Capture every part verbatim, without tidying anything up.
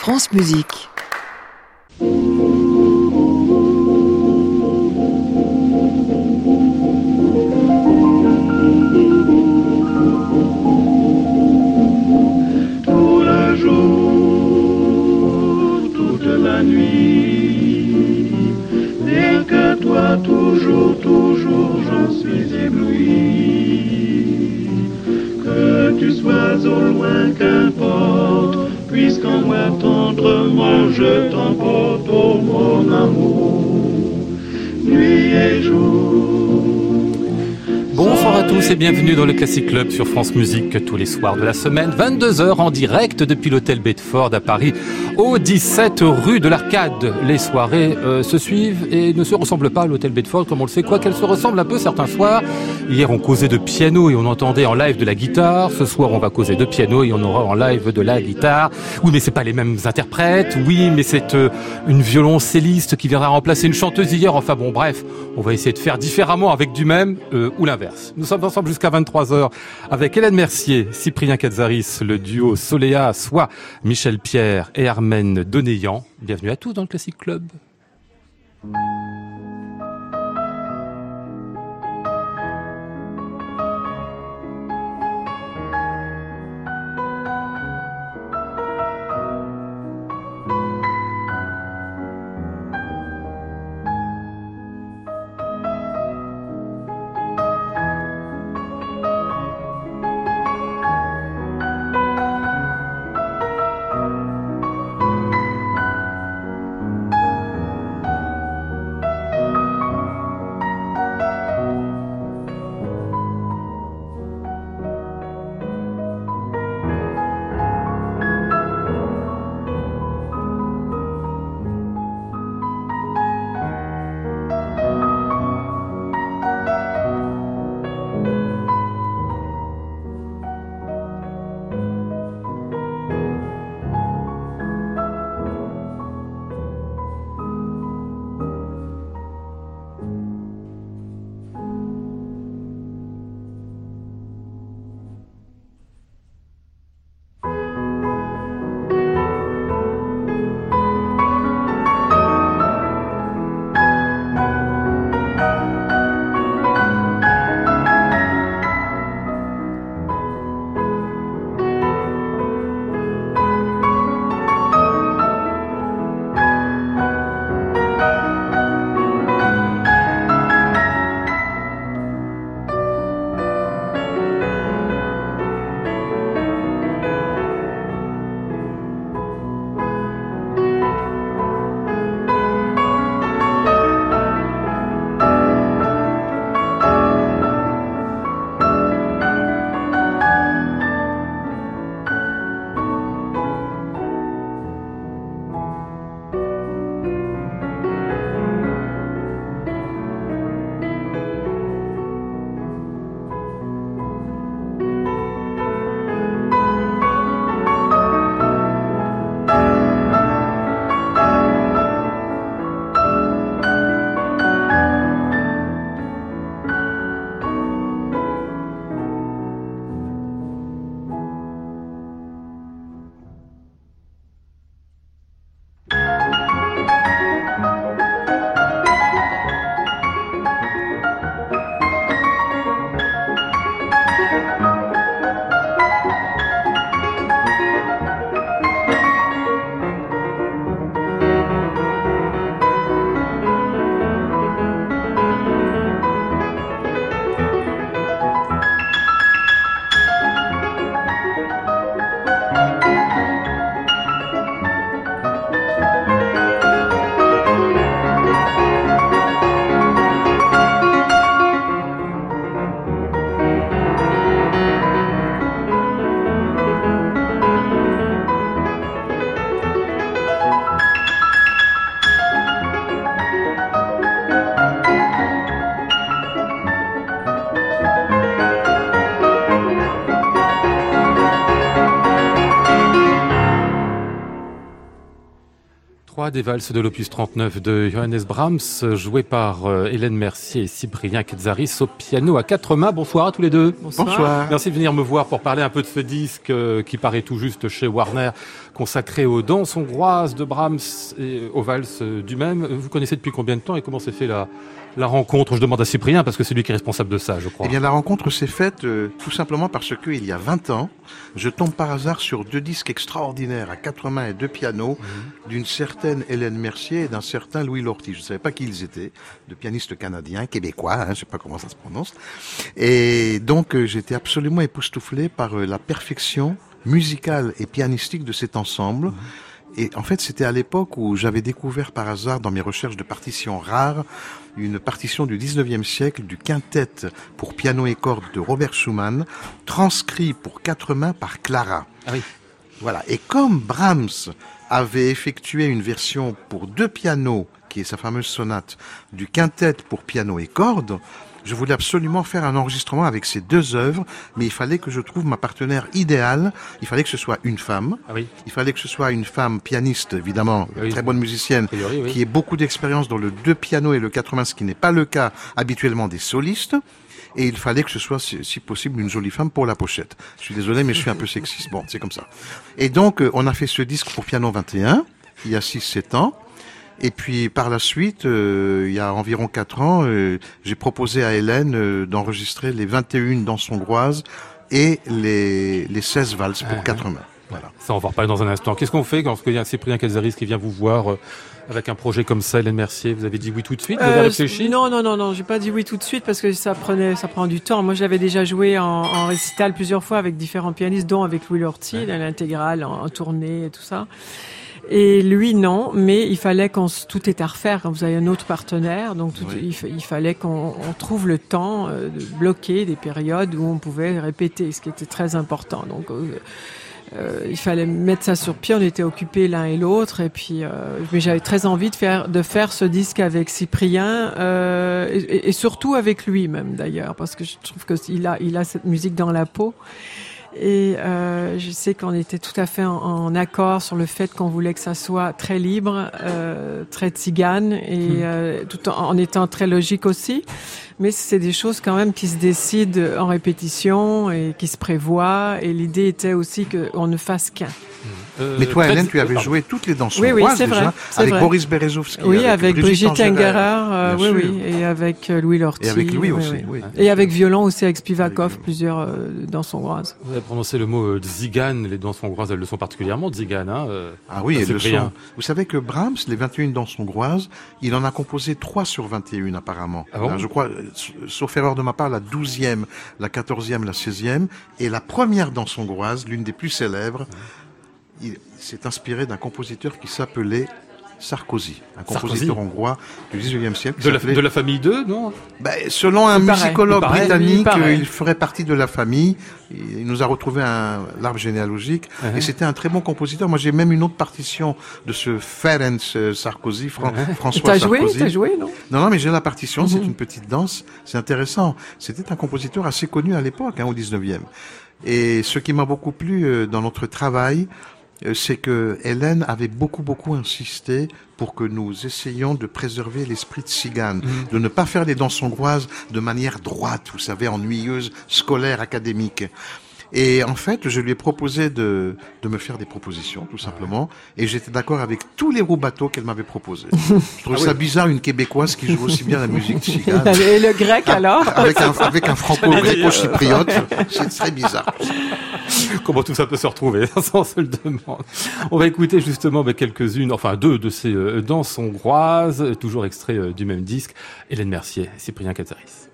France Musique. Tout le jour, toute la nuit, rien que toi, toujours, toujours, j'en suis ébloui. Que tu sois au loin, qu'importe, puisqu'en moi tendrement je t'emporte, oh mon amour, nuit et jour. Bonsoir à tous et bienvenue dans le Classic Club sur France Musique tous les soirs de la semaine, vingt-deux heures en direct depuis l'hôtel Bedford à Paris, au dix-sept rue de l'Arcade. Les soirées euh, se suivent et ne se ressemblent pas à l'hôtel Bedford comme on le sait, quoi qu'elles se ressemblent un peu certains soirs. Hier on causait de piano et on entendait en live de la guitare. Ce soir on va causer de piano et on aura en live de la guitare. Oui mais c'est pas les mêmes interprètes, oui mais c'est euh, une violoncelliste qui viendra remplacer une chanteuse hier. Enfin bon bref, on va essayer de faire différemment avec du même euh, ou l'inverse. Nous sommes ensemble jusqu'à vingt-trois heures avec Hélène Mercier, Cyprien Katsaris, le duo Soléa, soit Michel Pierre et Armen Donéyan. Bienvenue à tous dans le Classic Club. trois des valses de l'opus trente-neuf de Johannes Brahms, joué par euh, Hélène Mercier et Cyprien Katsaris au piano à quatre mains. Bonsoir à tous les deux. Bonsoir. Bonsoir. Merci de venir me voir pour parler un peu de ce disque euh, qui paraît tout juste chez Warner, consacré aux danses hongroises de Brahms et aux valses euh, du même. Vous connaissez depuis combien de temps et comment s'est fait la, la rencontre? Je demande à Cyprien parce que c'est lui qui est responsable de ça, je crois. Eh bien, la rencontre s'est faite euh, tout simplement parce que il y a vingt ans, je tombe par hasard sur deux disques extraordinaires à quatre mains et deux pianos mmh. d'une certaine Hélène Mercier et d'un certain Louis Lortie. Je ne savais pas qui ils étaient, de pianistes canadiens, québécois, hein, je ne sais pas comment ça se prononce. Et donc, euh, j'étais absolument époustouflé par euh, la perfection musicale et pianistique de cet ensemble. Mmh. Et en fait, c'était à l'époque où j'avais découvert par hasard, dans mes recherches de partitions rares, une partition du dix-neuvième siècle du quintet pour piano et cordes de Robert Schumann, transcrit pour quatre mains par Clara. Ah oui. Voilà. Et comme Brahms avait effectué une version pour deux pianos, qui est sa fameuse sonate, du quintet pour piano et cordes, je voulais absolument faire un enregistrement avec ces deux œuvres, mais il fallait que je trouve ma partenaire idéale. Il fallait que ce soit une femme. Ah oui. Il fallait que ce soit une femme pianiste, évidemment, oui. très bonne musicienne, priori, oui. qui ait beaucoup d'expérience dans le deux pianos et le quatre mains, ce qui n'est pas le cas habituellement des solistes. Et il fallait que ce soit, si possible, une jolie femme pour la pochette. Je suis désolé, mais je suis un peu sexiste. Bon, c'est comme ça. Et donc, on a fait ce disque pour piano vingt et un, il y a six sept ans. Et puis par la suite, euh, il y a environ quatre ans, euh, j'ai proposé à Hélène euh, d'enregistrer les vingt et une danses hongroises et les, les seize valses pour quatre mains. Voilà. Ça, on va en reparler dans un instant. Qu'est-ce qu'on fait quand il y a Cyprien Katsaris qui vient vous voir euh, avec un projet comme ça, Hélène Mercier? Vous avez dit oui tout de suite? Vous avez euh, réfléchi? Non, non, non, non, j'ai pas dit oui tout de suite parce que ça prenait, ça prend du temps. Moi, j'avais déjà joué en, en récital plusieurs fois avec différents pianistes, dont avec Louis Lortie, ouais. dans l'intégrale, en, en tournée et tout ça. Et lui, non, mais il fallait qu'on tout est à refaire quand vous avez un autre partenaire, donc tout, oui. il, il fallait qu'on on trouve le temps euh, de bloquer des périodes où on pouvait répéter, ce qui était très important. Donc euh, euh, il fallait mettre ça sur pied. On était occupés l'un et l'autre, et puis euh, mais j'avais très envie de faire de faire ce disque avec Cyprien euh, et, et surtout avec lui même d'ailleurs, parce que je trouve que il a il a cette musique dans la peau. Et euh, je sais qu'on était tout à fait en, en accord sur le fait qu'on voulait que ça soit très libre, euh, très tzigane, et euh, tout en, en étant très logique aussi. Mais c'est des choses quand même qui se décident en répétition et qui se prévoient. Et l'idée était aussi qu'on ne fasse qu'un. Euh, mais toi, Hélène, tu avais joué toutes les danses hongroises oui, oui, c'est déjà, vrai, avec vrai. Boris Berezovsky. Oui, avec, avec Brigitte Engerer, euh, oui, oui, et avec Louis Lortie. Et avec Louis oui, aussi, oui. oui. Et avec violon aussi, avec Spivakov, plusieurs euh, danses hongroises. Vous avez prononcé le mot euh, tzigane. Les danses hongroises, elles le sont particulièrement tzigane. Hein, euh, ah oui, elles le sont. Vous savez que Brahms, les vingt et une danses hongroises, il en a composé trois sur vingt et une apparemment. Ah bon? Alors, je crois, sauf erreur de ma part, la douzième, la quatorzième, la seizième, et la première danse hongroise, l'une des plus célèbres, mmh. il s'est inspiré d'un compositeur qui s'appelait Sarkozy, un compositeur Sarkozy. hongrois du dix-neuvième siècle. De la, de la famille d'eux, non? Ben, selon un pareil, musicologue pareil, britannique, il, il ferait partie de la famille. Il nous a retrouvé un l'arbre généalogique, uh-huh. et c'était un très bon compositeur. Moi, j'ai même une autre partition de ce Ferenc Sarkozy, Fran- uh-huh. François t'as Sarkozy. Joué, t'as joué, non? Non, non, mais j'ai la partition. Uh-huh. C'est une petite danse. C'est intéressant. C'était un compositeur assez connu à l'époque, hein, au dix-neuvième. Et ce qui m'a beaucoup plu euh, dans notre travail, c'est que Hélène avait beaucoup, beaucoup insisté pour que nous essayions de préserver l'esprit de tzigane, mmh. de ne pas faire des danses hongroises de manière droite, vous savez, ennuyeuse, scolaire, académique. Et en fait, je lui ai proposé de, de me faire des propositions, tout simplement, et j'étais d'accord avec tous les roubateaux qu'elle m'avait proposés. Je trouve ah ça oui. bizarre, une Québécoise qui joue aussi bien la musique tzigane. Et le grec, alors? Avec un, avec un franco-gréco-chypriote, c'est très bizarre. Comment tout ça peut se retrouver, sans se le demande. On va écouter justement bah, quelques-unes, enfin deux de ces euh, danses hongroises, toujours extraits euh, du même disque. Hélène Mercier, Cyprien Katsaris.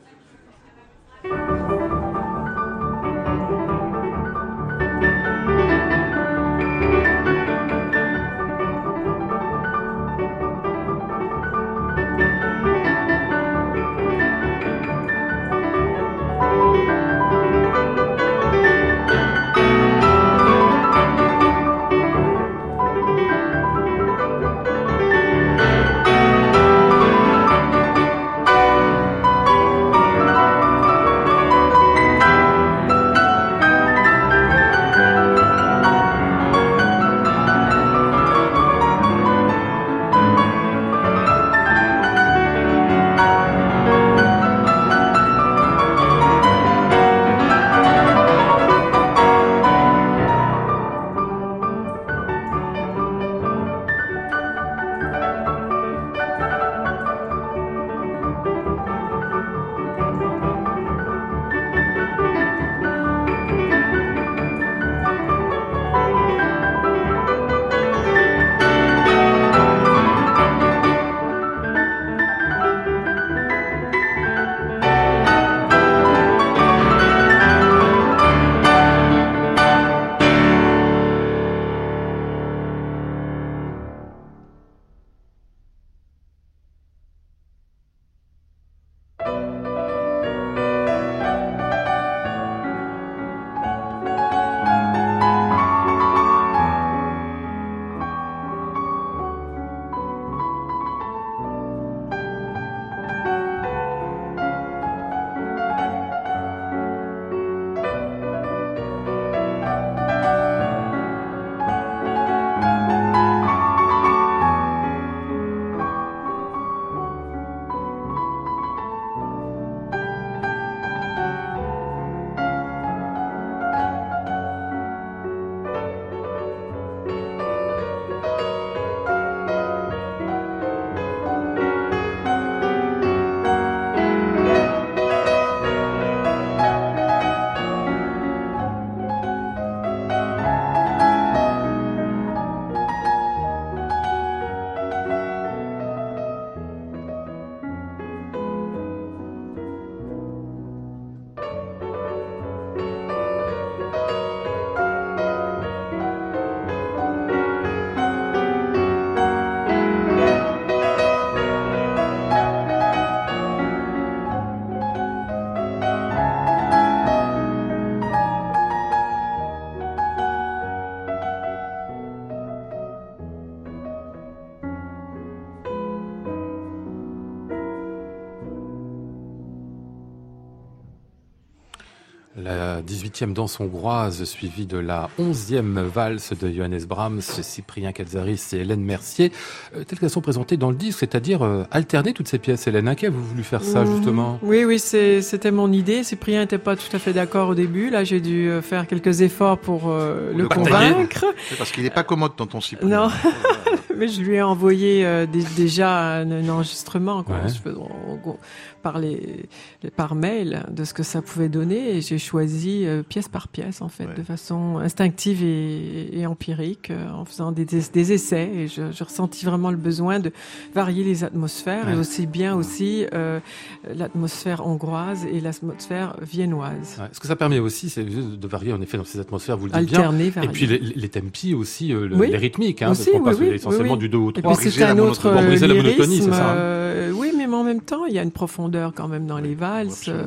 La dix-huitième danse hongroise, suivie de la onzième valse de Johannes Brahms, Cyprien Katsaris et Hélène Mercier, euh, telles qu'elles sont présentées dans le disque, c'est-à-dire euh, alterner toutes ces pièces. Hélène, à qui avez-vous voulu faire ça, justement ? Oui, oui, c'est, c'était mon idée. Cyprien n'était pas tout à fait d'accord au début. Là, j'ai dû faire quelques efforts pour euh, le, le convaincre. C'est parce qu'il n'est pas commode, tonton Cyprien. Non, mais je lui ai envoyé euh, d- déjà un, un enregistrement, quoi. Ouais. Je peux, on, on, par, les, par mail de ce que ça pouvait donner, et j'ai choisi euh, pièce par pièce, en fait, ouais. de façon instinctive et, et empirique, euh, en faisant des, des, des essais. Et je, je ressentis vraiment le besoin de varier les atmosphères, ouais. et aussi bien aussi euh, l'atmosphère hongroise et l'atmosphère viennoise. Ouais. Ce que ça permet aussi, c'est de varier en effet dans ces atmosphères, vous le dites Alterner, bien. Varier. Et puis les, les tempi aussi, euh, le, oui. les rythmiques, hein, aussi, parce qu'on oui, passe oui, essentiellement oui, oui. du deux ou trois. Et puis c'est un autre pour briser la monotonie, lyrisme, c'est ça, hein. euh, oui, mais en même temps, il y a une profondeur quand même dans oui, les valses. Euh,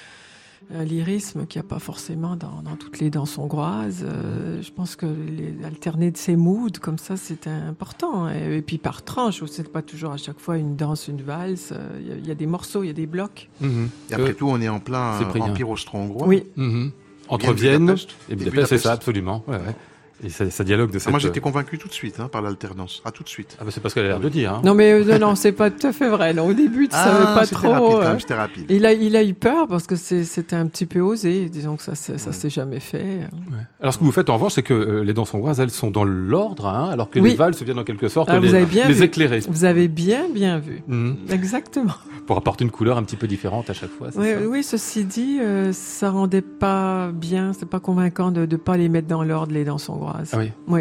un lyrisme qu'il n'y a pas forcément dans, dans toutes les danses hongroises. Euh, je pense que les, alterner de ces moods comme ça, c'est important. Et, et puis par tranche, c'est pas toujours à chaque fois une danse, une valse. Il euh, y, y a des morceaux, il y a des blocs. Mm-hmm. Et après euh, tout, on est en plein euh, empire austro-hongrois. Oui. Mm-hmm. Entre Vienne Budapest. et Budapest, c'est ça, absolument. Ouais, ouais. Et ça, ça dialogue de cette... Ah, moi, j'étais convaincu tout de suite hein, par l'alternance. Ah, tout de suite. Ah, bah, c'est parce qu'elle a l'air de dire. Hein. Non, mais euh, non, c'est pas tout à fait vrai. Non, au début, tu ah, savais pas c'était trop. Rapide, quand euh... même, c'était rapide. Il a, il a eu peur parce que c'est, c'était un petit peu osé. Disons que ça, ça, ça ouais. s'est jamais fait. Ouais. Alors, ce que vous faites en revanche, c'est que euh, les danses hongroises, elles sont dans l'ordre, hein, alors que oui. les valses viennent en quelque sorte ah, les, les éclairer. Vous avez bien, bien vu. Mm-hmm. Exactement. Pour apporter une couleur un petit peu différente à chaque fois. C'est oui, ça oui, ceci dit, euh, ça rendait pas bien, c'est pas convaincant de ne pas les mettre dans l'ordre, les danses hongroises. Ah oui. Oui.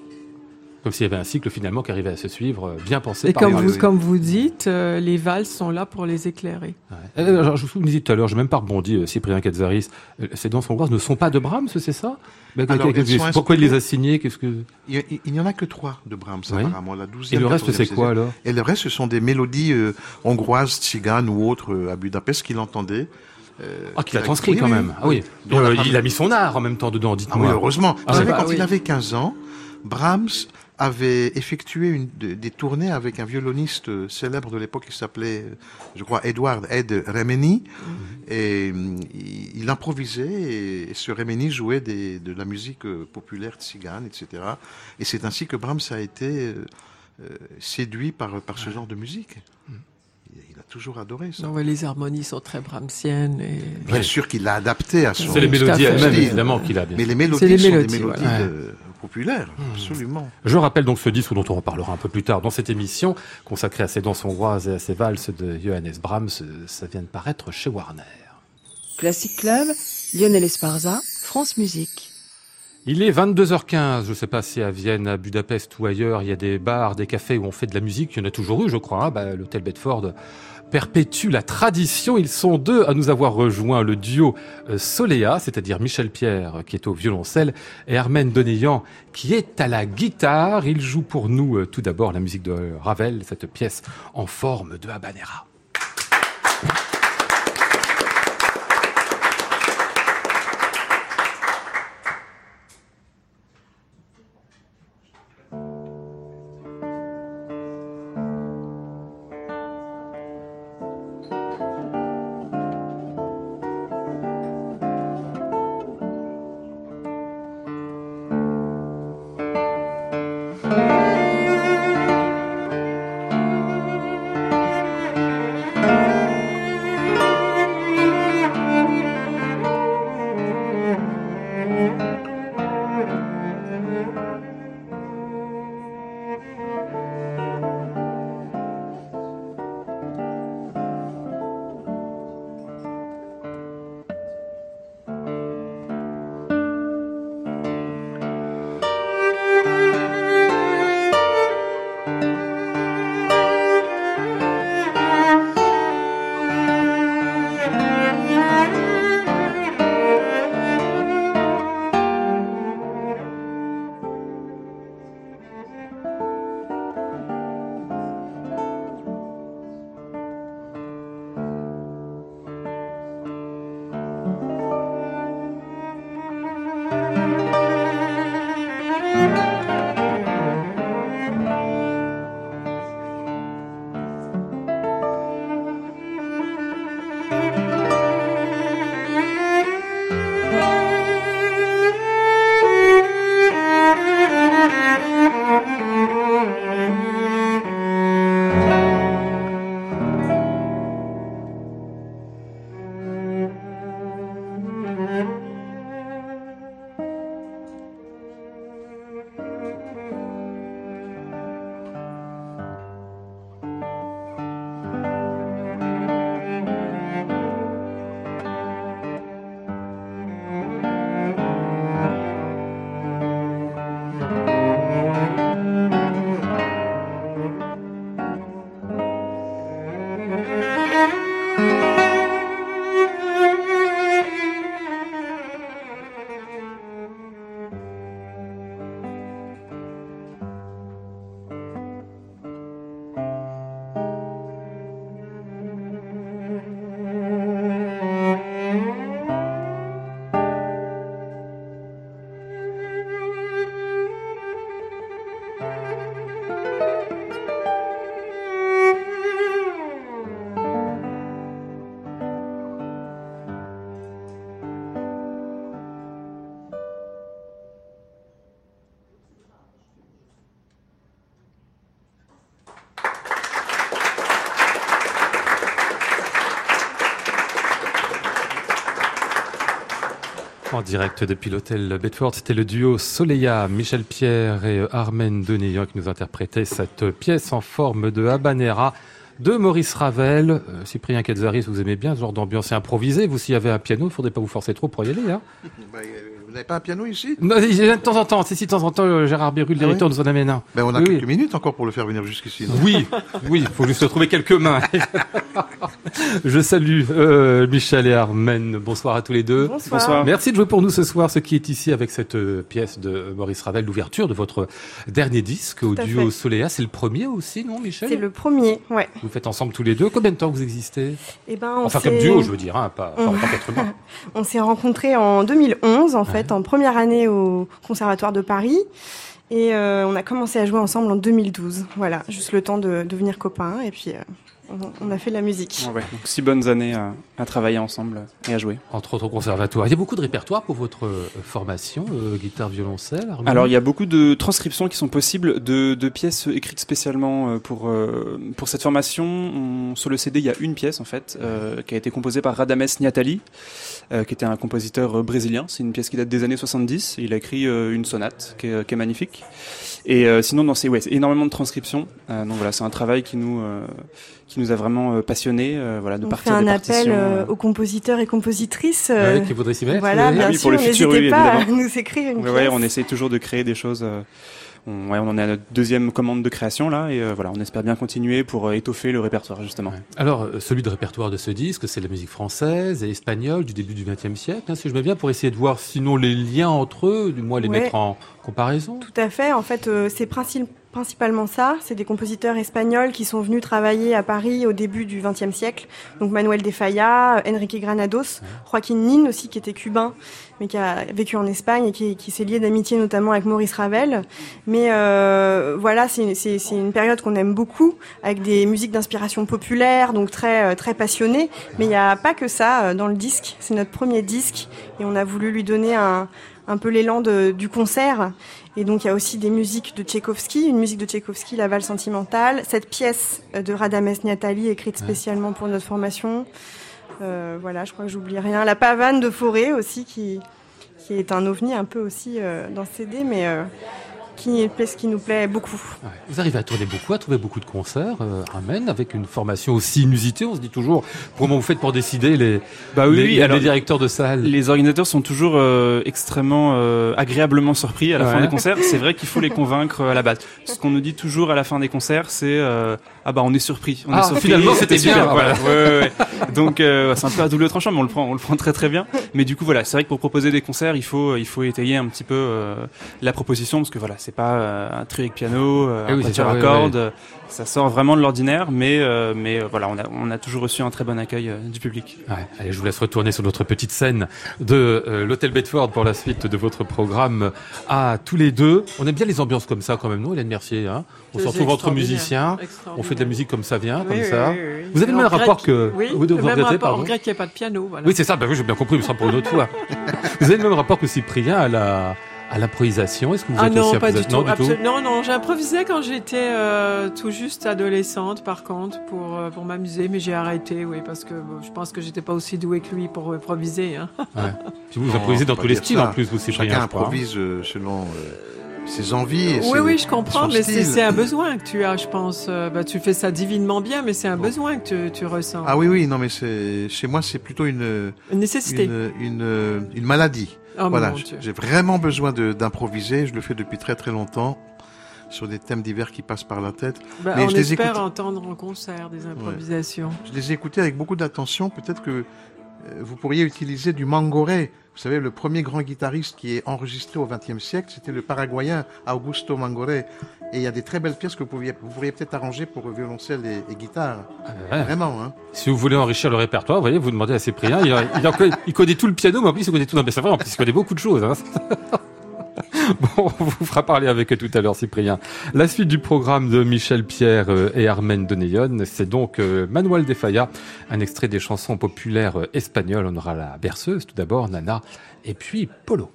Comme s'il y avait un cycle finalement qui arrivait à se suivre, bien pensé. Et par comme les vous, oui. comme vous dites, euh, les valses sont là pour les éclairer. Ouais. Alors, je vous disais tout à l'heure, je n'ai même pas rebondi, euh, Cyprien Katsaris, euh, ces danses hongroises ne sont pas de Brahms, c'est ça? Ben, Alors, pourquoi il les a signées? Qu'est-ce que... Il n'y en a que trois de Brahms, oui. apparemment. La douzième, et le reste, c'est quoi alors? Et le reste, ce sont des mélodies euh, hongroises, tziganes ou autres euh, à Budapest qu'il entendait. Euh, ah, qu'il a transcrit oui, quand oui, même. Ah oui. Donc, euh, il a mis son art en même temps dedans, dites-moi. Ah oui, heureusement. Ah, Vous savez, bah, quand oui. il avait quinze ans, Brahms avait effectué une, de, des tournées avec un violoniste célèbre de l'époque qui s'appelait, je crois, Edward Ed Remeni. Mm-hmm. Et il, il improvisait et, et ce Remeni jouait des, de la musique populaire tzigane, et cetera. Et c'est ainsi que Brahms a été euh, séduit par, par ce genre de musique. Mm. Il a toujours adoré ça. Non, mais les harmonies sont très brahmsiennes. Et... Bien sûr qu'il l'a adapté à son... C'est les mélodies elles-mêmes, évidemment, qu'il a. Bien mais les mélodies les sont mélodies, des mélodies voilà. de... populaire, absolument. Je rappelle donc ce disque dont on reparlera un peu plus tard dans cette émission, consacrée à ces danses hongroises et à ces valses de Johannes Brahms. Ça vient de paraître chez Warner. Classic Club, Lionel Esparza, France Musique. Il est vingt-deux heures quinze, je ne sais pas si à Vienne, à Budapest ou ailleurs, il y a des bars, des cafés où on fait de la musique. Il y en a toujours eu, je crois. Hein. Bah, l'hôtel Bedford perpétue la tradition. Ils sont deux à nous avoir rejoint, le duo Soléa, c'est-à-dire Michel Pierre qui est au violoncelle et Armen Donéian qui est à la guitare. Ils jouent pour nous tout d'abord la musique de Ravel, cette pièce en forme de habanera. En direct depuis l'hôtel Bedford, c'était le duo Soleya, Michel Pierre et Armen Deneyan qui nous interprétaient cette pièce en forme de habanera de Maurice Ravel. Euh, Cyprien Quetzaris, vous aimez bien ce genre d'ambiance improvisée. Vous, s'il y avait un piano, il ne faudrait pas vous forcer trop pour y aller. Hein. Bah, vous n'avez pas un piano ici? Non, de temps en temps, si, si, de temps en temps, euh, Gérard Béru, le directeur, ah oui nous en amène un. Ben, on a oui, quelques oui. minutes encore pour le faire venir jusqu'ici. Non Oui, oui, il faut juste trouver quelques mains. Je salue euh, Michel et Armen. Bonsoir à tous les deux. Bonsoir. Bonsoir. Merci de jouer pour nous ce soir, ce qui est ici avec cette euh, pièce de Maurice Ravel, l'ouverture de votre dernier disque au Tout à duo fait. Soleya. C'est le premier aussi, non, Michel? C'est le premier, ouais. Vous faites ensemble tous les deux. Combien de temps vous existez? Et ben, on Enfin, s'est- comme duo, je veux dire, hein, pas, pas On- en tant qu'être humain. On s'est rencontrés en deux mille onze, en fait, en première année au Conservatoire de Paris. Et euh, on a commencé à jouer ensemble en deux mille douze. Voilà, juste le temps de devenir copains. Et puis, euh, on, on a fait de la musique. Ouais, donc six bonnes années à, à travailler ensemble et à jouer. Entre autres au conservatoire. Il y a beaucoup de répertoire pour votre euh, formation, euh, guitare, violoncelle, harmonie. Alors il y a beaucoup de transcriptions qui sont possibles de, de pièces écrites spécialement euh, pour, euh, pour cette formation. On- sur le C D, il y a une pièce en fait euh, qui a été composée par Radames Niatali, euh, qui était un compositeur euh, brésilien. C'est une pièce qui date des années soixante-dix. Il a écrit euh, une sonate qui est, qui est magnifique. Et euh, sinon, non, c'est ouais, c'est énormément de transcriptions. Euh, donc voilà, c'est un travail qui nous euh, qui nous a vraiment euh, passionnés. Euh, voilà, de On fait partir un des appel partitions. euh, euh, aux compositeurs et compositrices. euh, Ouais, qui voudrait s'y mettre. Voilà, oui. bien oui, sûr, pour le futur, n'hésitez oui, pas à évidemment. nous écrire une Ouais, pièce. ouais, on essaie toujours de créer des choses. euh, on, ouais, on en est à notre deuxième commande de création là, et euh, voilà, on espère bien continuer pour euh, étoffer le répertoire justement. Ouais. Alors, euh, celui de répertoire de ce disque, c'est la musique française et espagnole du début du vingtième siècle, hein, si je mets bien, pour essayer de voir sinon les liens entre eux, du moins les Ouais. mettre en comparaison. Tout à fait. En fait, euh, c'est princi- principalement ça. C'est des compositeurs espagnols qui sont venus travailler à Paris au début du vingtième siècle. Donc Manuel de Falla, Enrique Granados, Joaquín Nin aussi, qui était cubain, mais qui a vécu en Espagne et qui, qui s'est lié d'amitié notamment avec Maurice Ravel. Mais euh, voilà, c'est, c'est, c'est une période qu'on aime beaucoup, avec des musiques d'inspiration populaire, donc très, euh, très passionnées. Mais il n'y a pas que ça euh, dans le disque. C'est notre premier disque et on a voulu lui donner un un peu l'élan de, du concert. Et donc, il y a aussi des musiques de Tchaïkovski, une musique de Tchaïkovski, La Valse sentimentale, cette pièce de Radames Niatali, écrite spécialement pour notre formation. Euh, voilà, je crois que j'oublie rien. La pavane de Forêt aussi, qui, qui est un ovni un peu aussi euh, dans ce C D, mais euh, qui est une pièce qui nous plaît beaucoup. Ouais. Vous arrivez à tourner beaucoup, à trouver beaucoup de concerts, euh, Amen, avec une formation aussi inusitée. On se dit toujours, comment vous faites pour décider les, Bah oui, les, oui, les alors, directeurs de salle? les organisateurs sont toujours euh, extrêmement euh, agréablement surpris à la Ouais. fin des concerts. C'est vrai qu'il faut les convaincre euh, à la base. Ce qu'on nous dit toujours à la fin des concerts, c'est euh, ah bah on est surpris. On Ah, est surpris. finalement, c'était bien, super. voilà. Voilà. Ouais, ouais, ouais. Donc euh, c'est un peu à double tranchant, mais on le prend, on le prend très très bien. Mais du coup voilà, c'est vrai que pour proposer des concerts, il faut il faut étayer un petit peu euh, la proposition parce que voilà, c'est pas euh, un trio avec piano, euh, Eh oui, un c'est quatuor ça, à ouais, cordes. ouais. Ça sort vraiment de l'ordinaire, mais euh, mais euh, voilà, on a on a toujours reçu un très bon accueil euh, du public. Ouais. Allez, je vous laisse retourner sur notre petite scène de euh, l'hôtel Bedford pour la suite de votre programme à tous les deux. On aime bien les ambiances comme ça quand même, non, Hélène Mercier, hein? On se C'est retrouve entre extraordinaire, musiciens, on extraordinaire. fait de la musique comme ça vient, Oui, comme oui, ça. oui, oui. Vous avez le On même regrette rapport qu'il- que... Oui, vous, vous le même regrettez, rapport. pardon On regrette qu'il n'y ait pas de piano. Voilà. Oui, c'est ça, bah oui, j'ai bien compris, mais ce sera pour une autre fois. Vous avez le même rapport que Cyprien à la... à l'improvisation. Est-ce que vous Ah êtes non, aussi pas du improvisateur? tout. Non, du tout. Absolu- Non, non, j'improvisais quand j'étais euh, tout juste adolescente, par contre, pour, euh, pour m'amuser, mais j'ai arrêté, oui, parce que bon, je pense que j'étais pas aussi douée que lui pour improviser. Hein. Ouais. Puis vous, vous Non, improvisez dans faut tous pas les dire styles ça. en plus, vous, Cyprien. Chacun je crois, hein. improvise euh, selon euh, ses envies. Et Oui, ses- oui, je comprends, son mais c'est style. c'est un besoin que tu as, je pense. Euh, bah, tu fais ça divinement bien, mais c'est un besoin que tu, tu ressens. Ah oui, oui, non, mais c'est chez moi, c'est plutôt une Une nécessité. une, une, une maladie. Oh, Voilà, mon j- Dieu. j'ai vraiment besoin de- d'improviser. Je le fais depuis très très longtemps sur des thèmes divers qui passent par la tête. Bah, mais on je les espère écoute. entendre en concert des improvisations. Je les ai écoutés avec beaucoup d'attention. Peut-être que euh, vous pourriez utiliser du Mangoré. Vous savez, le premier grand guitariste qui est enregistré au vingtième siècle, c'était le Paraguayen Augusto Mangoré. Et il y a des très belles pièces que vous pourriez, vous pourriez peut-être arranger pour violoncelle et, et guitare. Ouais. Vraiment, hein. Si vous voulez enrichir le répertoire, vous voyez, vous demandez à Cyprien. Il, il, en connaît, il connaît tout le piano, mais en plus il connaît tout. Non, mais c'est vrai, en plus il connaît beaucoup de choses. Hein. Bon, on vous fera parler avec eux tout à l'heure, Cyprien. La suite du programme de Michel Pierre euh, et Armen Deneyan, c'est donc euh, Manuel de Falla, un extrait des chansons populaires euh, espagnoles. On aura la berceuse, tout d'abord, Nana, et puis Polo.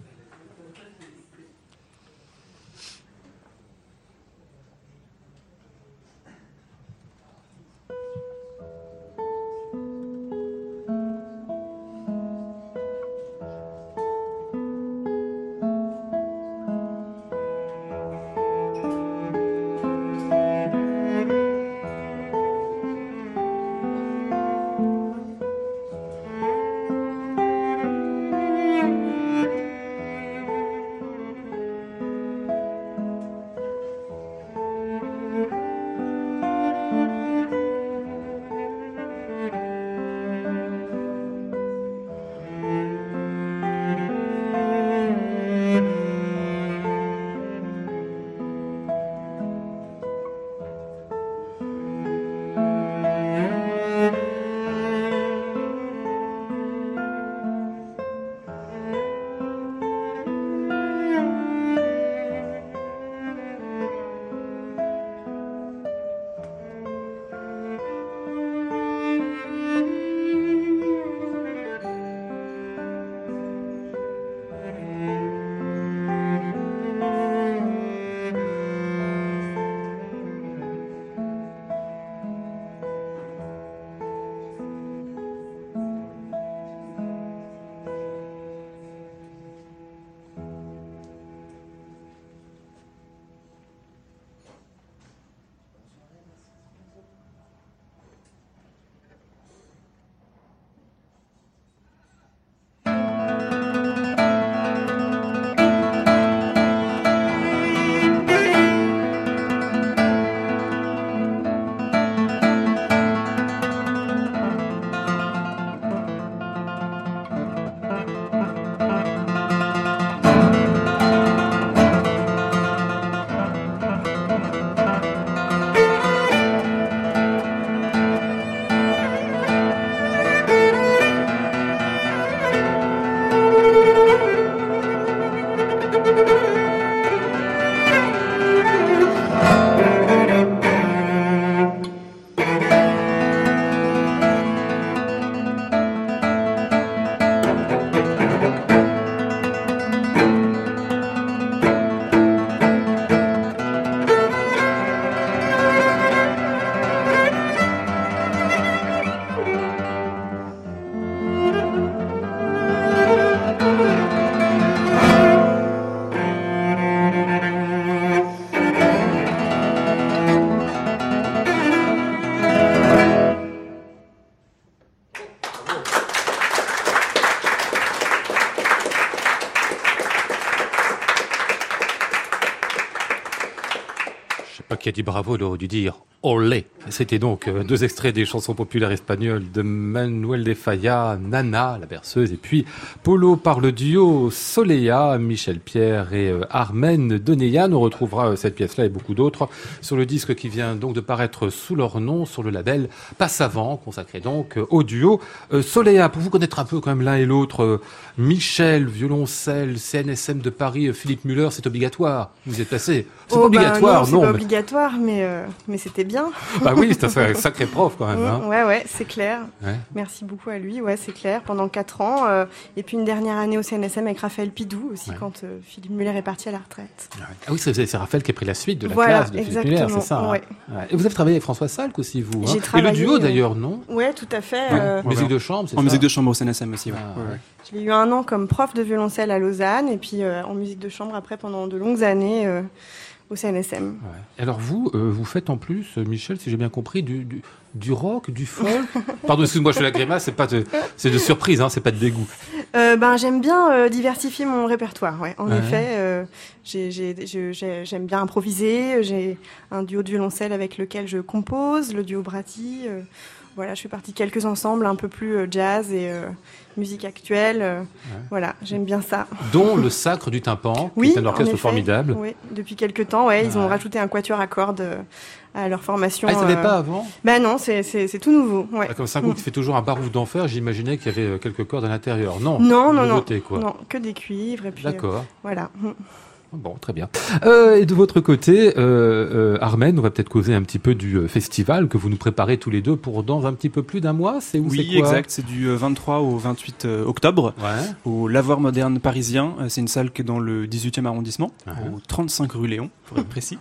Je sais pas qui a dit bravo, il aurait dû dire olé. C'était donc euh, deux extraits des chansons populaires espagnoles de Manuel de Falla, Nana, la berceuse, et puis Polo par le duo Soleá, Michel Pierre et euh, Armen Doneyan. On retrouvera euh, cette pièce-là et beaucoup d'autres sur le disque qui vient donc de paraître sous leur nom sur le label Passavant, consacré donc euh, au duo euh, Soleá. Pour vous connaître un peu quand même l'un et l'autre, euh, Michel, violoncelle, C N S M de Paris, euh, Philippe Muller, c'est obligatoire. Vous êtes passé. C'est Oh, pas obligatoire, bah non, c'est non. pas mais... obligatoire, mais, euh, mais c'était bien. Bah oui, c'est un sacré prof quand même. Hein. Ouais, ouais, c'est clair. Ouais. Merci beaucoup à lui, ouais, c'est clair, pendant quatre ans. Euh, et puis une dernière année au C N S M avec Raphaël Pidou aussi, Ouais. quand euh, Philippe Muller est parti à la retraite. Ah oui, c'est, c'est Raphaël qui a pris la suite de la Voilà, classe de Philippe exactement, Muller, c'est ça. hein. ouais. Ouais. Et vous avez travaillé avec François Salk aussi, vous. J'ai Hein. Et le travaillé, duo euh, d'ailleurs, non Ouais, tout à fait. Ouais. euh, Musique de chambre, c'est En ça musique de chambre au C N S M aussi, ouais. Ah, Ouais, ouais. ouais. Je l'ai eu un an comme prof de violoncelle à Lausanne, et puis euh, en musique de chambre après pendant de longues années euh, au C N S M. Ouais. Et alors vous, euh, vous faites en plus, euh, Michel, si j'ai bien compris, du, du, du rock, du folk. Pardon, excuse-moi, je fais la grimace, c'est pas de, c'est de surprise, hein, c'est pas de dégoût. Euh, ben, j'aime bien euh, diversifier mon répertoire, ouais. En Ouais. effet, euh, j'ai, j'ai, je- j'ai- j'aime bien improviser. J'ai un duo de violoncelle avec lequel je compose, le duo Brati. euh, voilà, je fais partie de quelques ensembles un peu plus euh, jazz et euh, musique actuelle. euh, Voilà, j'aime bien ça. Dont le Sacre du Tympan, qui Oui, est un orchestre en effet, formidable. Oui, depuis quelques temps, ouais, ils ont Ouais. rajouté un quatuor à cordes euh, à leur formation. Ah, ils ne savaient euh, pas avant Ben non, c'est, c'est, c'est tout nouveau. Ouais. Ah, comme Saint-Gou qui fait toujours un barouf d'enfer, j'imaginais qu'il y avait euh, quelques cordes à l'intérieur. Non, Non, non, non, nouveauté, quoi. non, que des cuivres et puis euh, D'accord. voilà. Bon, très bien. Euh, et de votre côté, euh, euh, Armen, on va peut-être causer un petit peu du euh, festival que vous nous préparez tous les deux pour dans un petit peu plus d'un mois. C'est où, c'est Oui, quoi exact. C'est du euh, vingt-trois au vingt-huit euh, octobre Ouais. au Lavoir Moderne Parisien. Euh, C'est une salle qui est dans le dix-huitième arrondissement, Ouais. au trente-cinq rue Léon, pour être précis.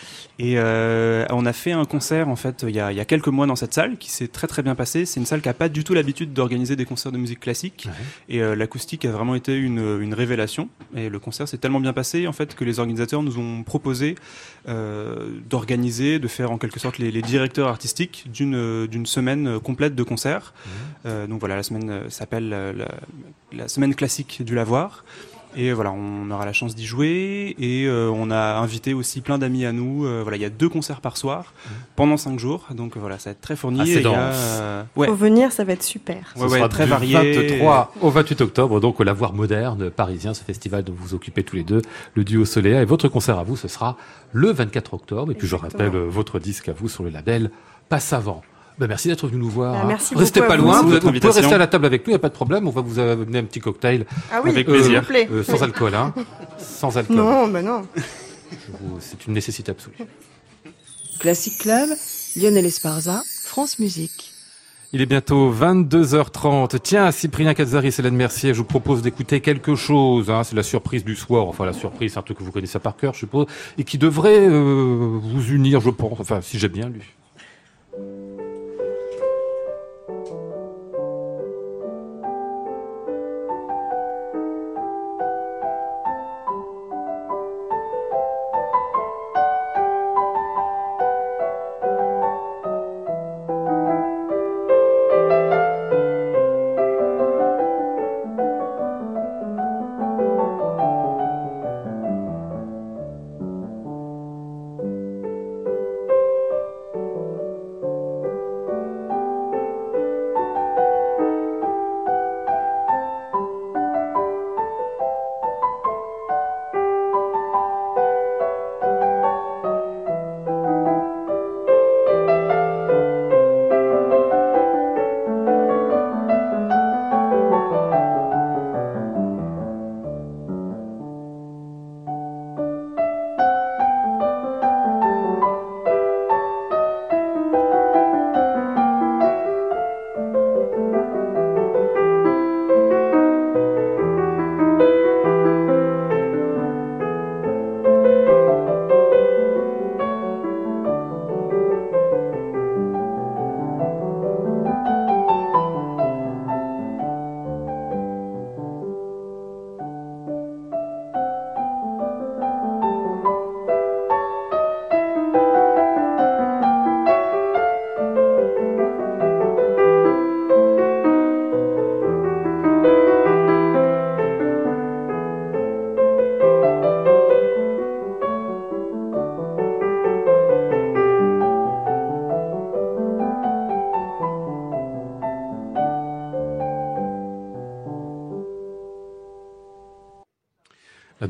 Et euh, on a fait un concert en fait il y, a, il y a quelques mois dans cette salle qui s'est très très bien passé. C'est une salle qui a pas du tout l'habitude d'organiser des concerts de musique classique Ouais. et euh, l'acoustique a vraiment été une, une révélation. Et le concert s'est tellement bien passé en fait que les organisateurs nous ont proposé euh, d'organiser, de faire en quelque sorte les, les directeurs artistiques d'une d'une semaine complète de concerts. Euh, donc voilà, la semaine euh, s'appelle euh, la, la semaine classique du Lavoir. Et voilà, on aura la chance d'y jouer et euh, on a invité aussi plein d'amis à nous. Euh, voilà, il y a deux concerts par soir pendant cinq jours, donc voilà, ça va être très fourni. Ah, c'est Et il y a, dense. euh, ouais, Faut venir, ça va être super. Ce ouais, ouais, sera très du varié. vingt-trois au vingt-huit octobre, donc au Lavoir Moderne parisien, ce festival dont vous vous occupez tous les deux, le duo Soleá. Et votre concert à vous, ce sera le vingt-quatre octobre. Et puis je Exactement. rappelle euh, votre disque à vous sur le label Passavant. Ben, merci d'être venu nous voir. Bah, hein. merci Restez beaucoup pas à vous. loin, Merci vous, de vous votre pouvez rester invitation. à la table avec nous, il n'y a pas de problème. On va vous amener un petit cocktail Ah oui, Avec euh, s'il plaisir. vous plaît. euh, sans alcool. Hein. Sans alcool. Non, bah non. Je vous- C'est une nécessité absolue. Classic Club, Lionel Esparza, France Musique. Il est bientôt vingt-deux heures trente. Tiens, Cyprien Cazzaris, Hélène Mercier, je vous propose d'écouter quelque chose. Hein, c'est la surprise du soir. Enfin, la surprise, c'est un truc que vous connaissez par cœur, je suppose, et qui devrait euh, vous unir, je pense. Enfin, si j'ai bien lu. Thank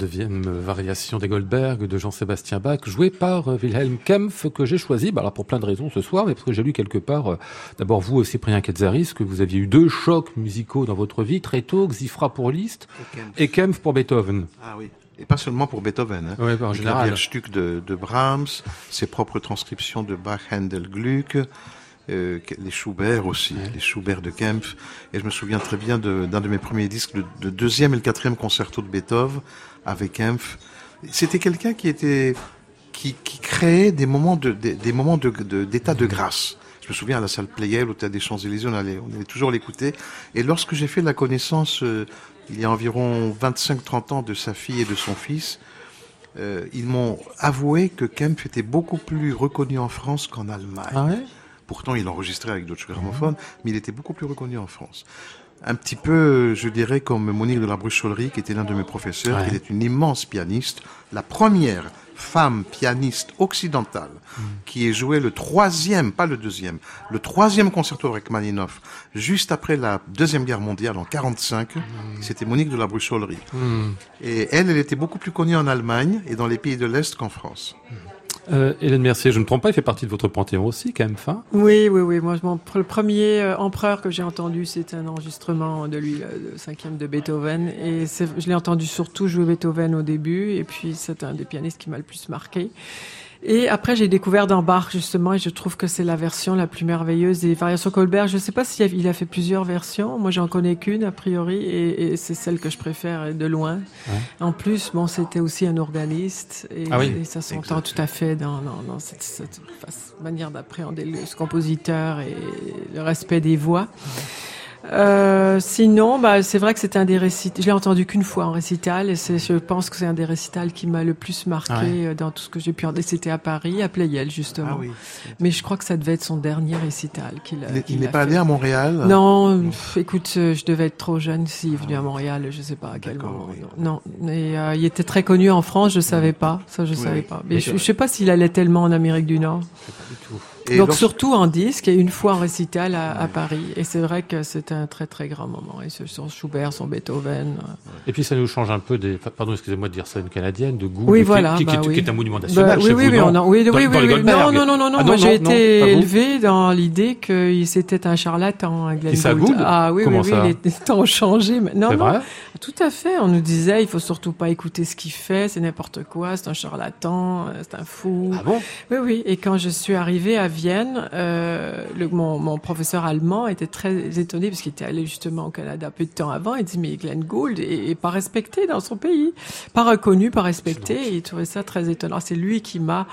deuxième variation des Goldberg de Jean-Sébastien Bach, jouée par Wilhelm Kempff, que j'ai choisi, bah alors pour plein de raisons ce soir, mais parce que j'ai lu quelque part, euh, d'abord vous, Cyprien Katsaris, que vous aviez eu deux chocs musicaux dans votre vie, très tôt, Xifra pour Liszt et Kempff pour Beethoven. Ah oui. Et pas seulement pour Beethoven. Hein. Oui, en général. Le Stück de, de Brahms, ses propres transcriptions de Bach, Handel, Gluck, euh, les Schubert aussi, ouais. les Schubert de Kempff. Et je me souviens très bien de, d'un de mes premiers disques, le, le deuxième et le quatrième concerto de Beethoven avec Kempff. C'était quelqu'un qui était, qui, qui créait des moments de, des, des moments de, de, d'état de grâce. Je me souviens à la salle Pleyel, au Théâtre des Champs-Élysées, on allait, on allait toujours l'écouter. Et lorsque j'ai fait la connaissance, euh, il y a environ vingt-cinq trente ans, de sa fille et de son fils, euh, ils m'ont avoué que Kempff était beaucoup plus reconnu en France qu'en Allemagne. Ah ouais ? Pourtant, il enregistrait avec d'autres gramophones, mais il était beaucoup plus reconnu en France. Un petit peu, je dirais, comme Monique de la Bruchonnerie, qui était l'un de mes professeurs, ouais. qui était une immense pianiste, la première femme pianiste occidentale mmh. qui ait joué le troisième, pas le deuxième, le troisième concerto avec Rachmaninoff, juste après la Deuxième Guerre mondiale, en quarante-cinq, mmh. c'était Monique de la Bruchonnerie. Mmh. Et elle, elle était beaucoup plus connue en Allemagne et dans les pays de l'Est qu'en France. Mmh. Euh, Hélène Mercier, je ne me trompe pas, il fait partie de votre panthéon aussi, quand même, fin. Oui, oui, oui. Moi, mon, le premier euh, empereur que j'ai entendu, c'est un enregistrement de lui, le cinquième de Beethoven. Et c'est, je l'ai entendu surtout jouer Beethoven au début. Et puis, c'est un des pianistes qui m'a le plus marqué. Et après, j'ai découvert dans Bach, justement, et je trouve que c'est la version la plus merveilleuse des variations Goldberg. Je ne sais pas s'il a, il a fait plusieurs versions. Moi, j'en connais qu'une, a priori, et, et c'est celle que je préfère de loin. Ouais. En plus, bon, c'était aussi un organiste, et, ah oui, et ça s'entend exact. Tout à fait dans, dans, dans cette, cette manière d'appréhender le, ce compositeur et le respect des voix. Ouais. Euh, sinon, bah, c'est vrai que c'est un des récitals. Je l'ai entendu qu'une fois en récital, et c'est, je pense que c'est un des récitals qui m'a le plus marqué ouais. dans tout ce que j'ai pu entendre. C'était à Paris, à Pleyel, justement. Ah oui. Mais je crois que ça devait être son dernier récital qu'il a. Il, qu'il il n'est a pas fait. allé à Montréal? Non, pff, écoute, je devais être trop jeune s'il est venu à Montréal. Je sais pas à quel D'accord, moment. Oui. Non, mais euh, il était très connu en France. Je savais pas. Ça, je oui. savais pas. Mais, mais je, je sais pas s'il allait tellement en Amérique du Nord. Je sais pas du tout. Et donc, surtout en disque et une fois en récital à, à Paris. Et c'est vrai que c'était un très très grand moment. Et son Schubert, son Beethoven. Et puis ça nous change un peu des, pardon, excusez-moi de dire ça, une canadienne, de goût, oui, voilà, qui, bah, qui, oui. qui est un monument national. Bah, oui, oui, vous, oui, on a, oui, dans, oui, dans oui, oui. Non, non, non, non, non. Ah, moi non, j'ai non, été non, élevé dans l'idée que c'était un charlatan, Glenn Issa Gould. Gould Ah oui, Comment oui, ça oui, les temps ont changé. Non, c'est non. Vrai Tout à fait. On nous disait, il faut surtout pas écouter ce qu'il fait, c'est n'importe quoi, c'est un charlatan, c'est un fou. Ah bon? Oui, oui. Et quand je suis arrivée à Vienne, euh, le, mon, mon professeur allemand était très étonné parce qu'il était allé justement au Canada peu de temps avant. Il dit, mais Glenn Gould est, est pas respecté dans son pays. Pas reconnu, pas respecté. Et il trouvait ça très étonnant. C'est lui qui m'a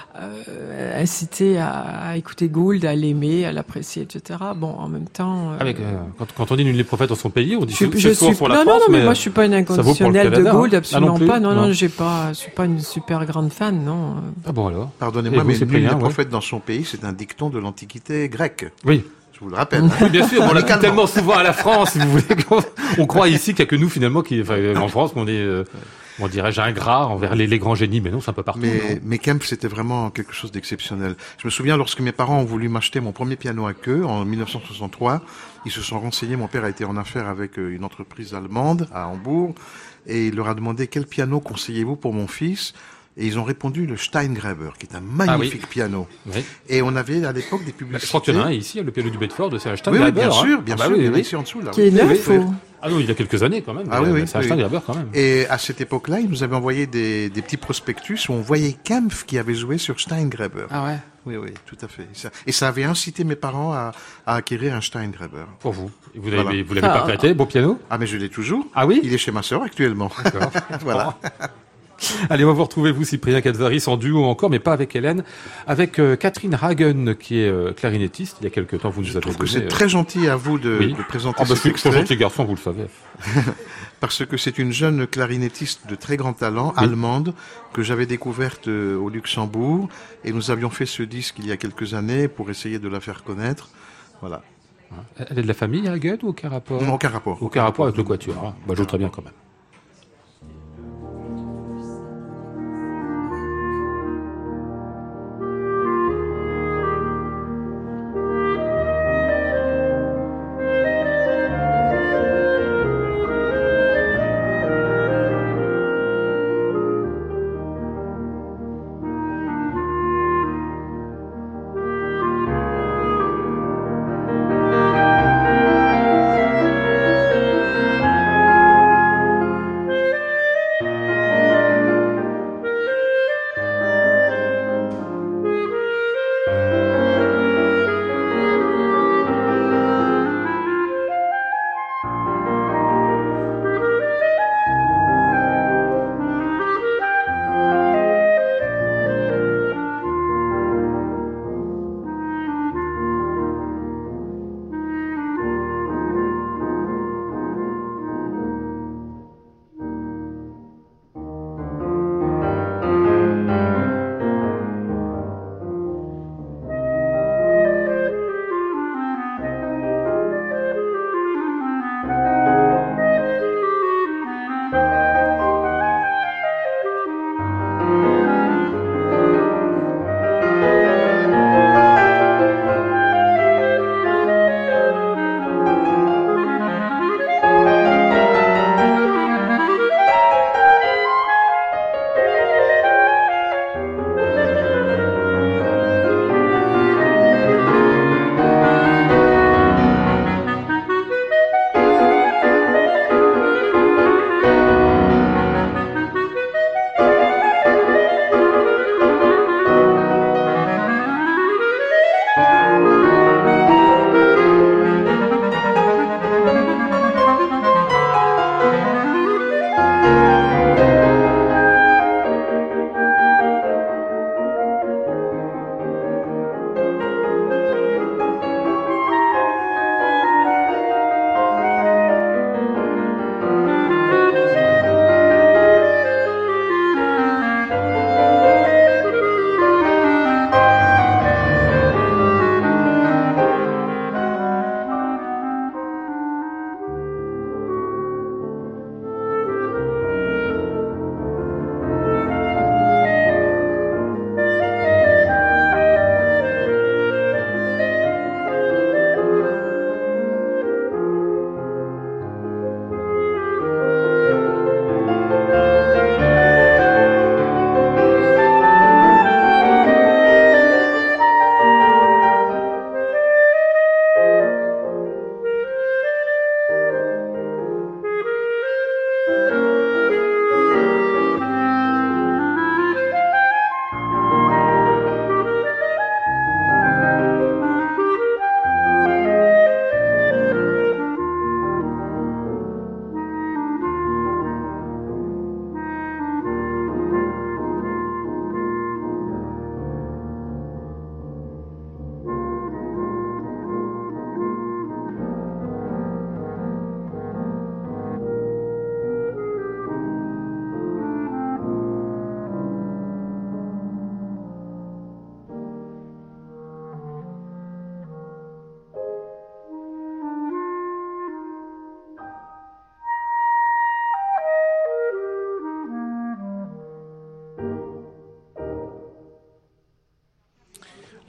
euh, incité à, à écouter Gould, à l'aimer, à l'apprécier, et cetera. Bon, en même temps... Euh, Avec, euh, quand, quand on dit nul n'est prophète dans son pays, on dit je, c'est je souvent suis, pour la non, France, non, non, mais, mais moi je suis pas une inconditionnelle de Gould, absolument ah, non pas. Non, non, non, j'ai pas, je suis pas une super grande fan, non. Ah bon alors. Pardonnez-moi, mais nul n'est prophète dans son pays, c'est un dicton de l'Antiquité grecque. Oui. Je vous le rappelle. Oui, bien sûr, on l'a tellement souvent à la France, si vous voulez. On croit ici qu'il n'y a que nous, finalement, qui, enfin, en France, qu'on est, euh, on dirait, ingrat envers les, les grands génies, mais non, c'est un peu partout. Mais, mais Kempff, c'était vraiment quelque chose d'exceptionnel. Je me souviens, lorsque mes parents ont voulu m'acheter mon premier piano à queue, en dix-neuf cent soixante-trois, ils se sont renseignés, mon père a été en affaires avec une entreprise allemande, à Hambourg, et il leur a demandé quel piano conseillez-vous pour mon fils? Et ils ont répondu le Steingräber, qui est un magnifique ah oui. piano. Oui. Et on avait à l'époque des publicités. Je crois qu'il y en a un ici, le piano du Bedford, c'est un Steingräber. Oui, oui, bien hein. sûr, bien ah bah sûr, oui, il y en a oui. ici en dessous. Là, qui est neuf oui, ou... oui. Ah non, il y a quelques années quand même. Ah oui, oui. C'est un oui. Steingräber quand même. Et à cette époque-là, ils nous avaient envoyé des, des petits prospectus où on voyait Kempff qui avait joué sur Steingräber. Ah ouais. Oui, oui, tout à fait. Et ça avait incité mes parents à, à acquérir un Steingräber. Pour vous. Et vous l'avez, voilà. vous l'avez ah, pas prêté, beau piano? Ah, mais je l'ai toujours. Ah oui? Il est chez ma sœur actuellement. D'accord. Voilà. Allez, on va vous retrouver, vous, Cyprien Katsaris, en duo encore, mais pas avec Hélène, avec euh, Catherine Hagen, qui est euh, clarinettiste. Il y a quelque temps, vous nous Je avez trouve donné, que c'est euh... très gentil à vous de, oui. de présenter ah, bah, cet extrait. C'est un gentil garçon, vous le savez. Parce que c'est une jeune clarinettiste de très grand talent, oui. allemande, que j'avais découverte euh, au Luxembourg. Et nous avions fait ce disque il y a quelques années pour essayer de la faire connaître. Voilà. Elle est de la famille, Hagen, ou aucun rapport? Non, aucun rapport. Aucun, aucun rapport avec le Quatuor. Hein. Bah, je joue très bien quand même.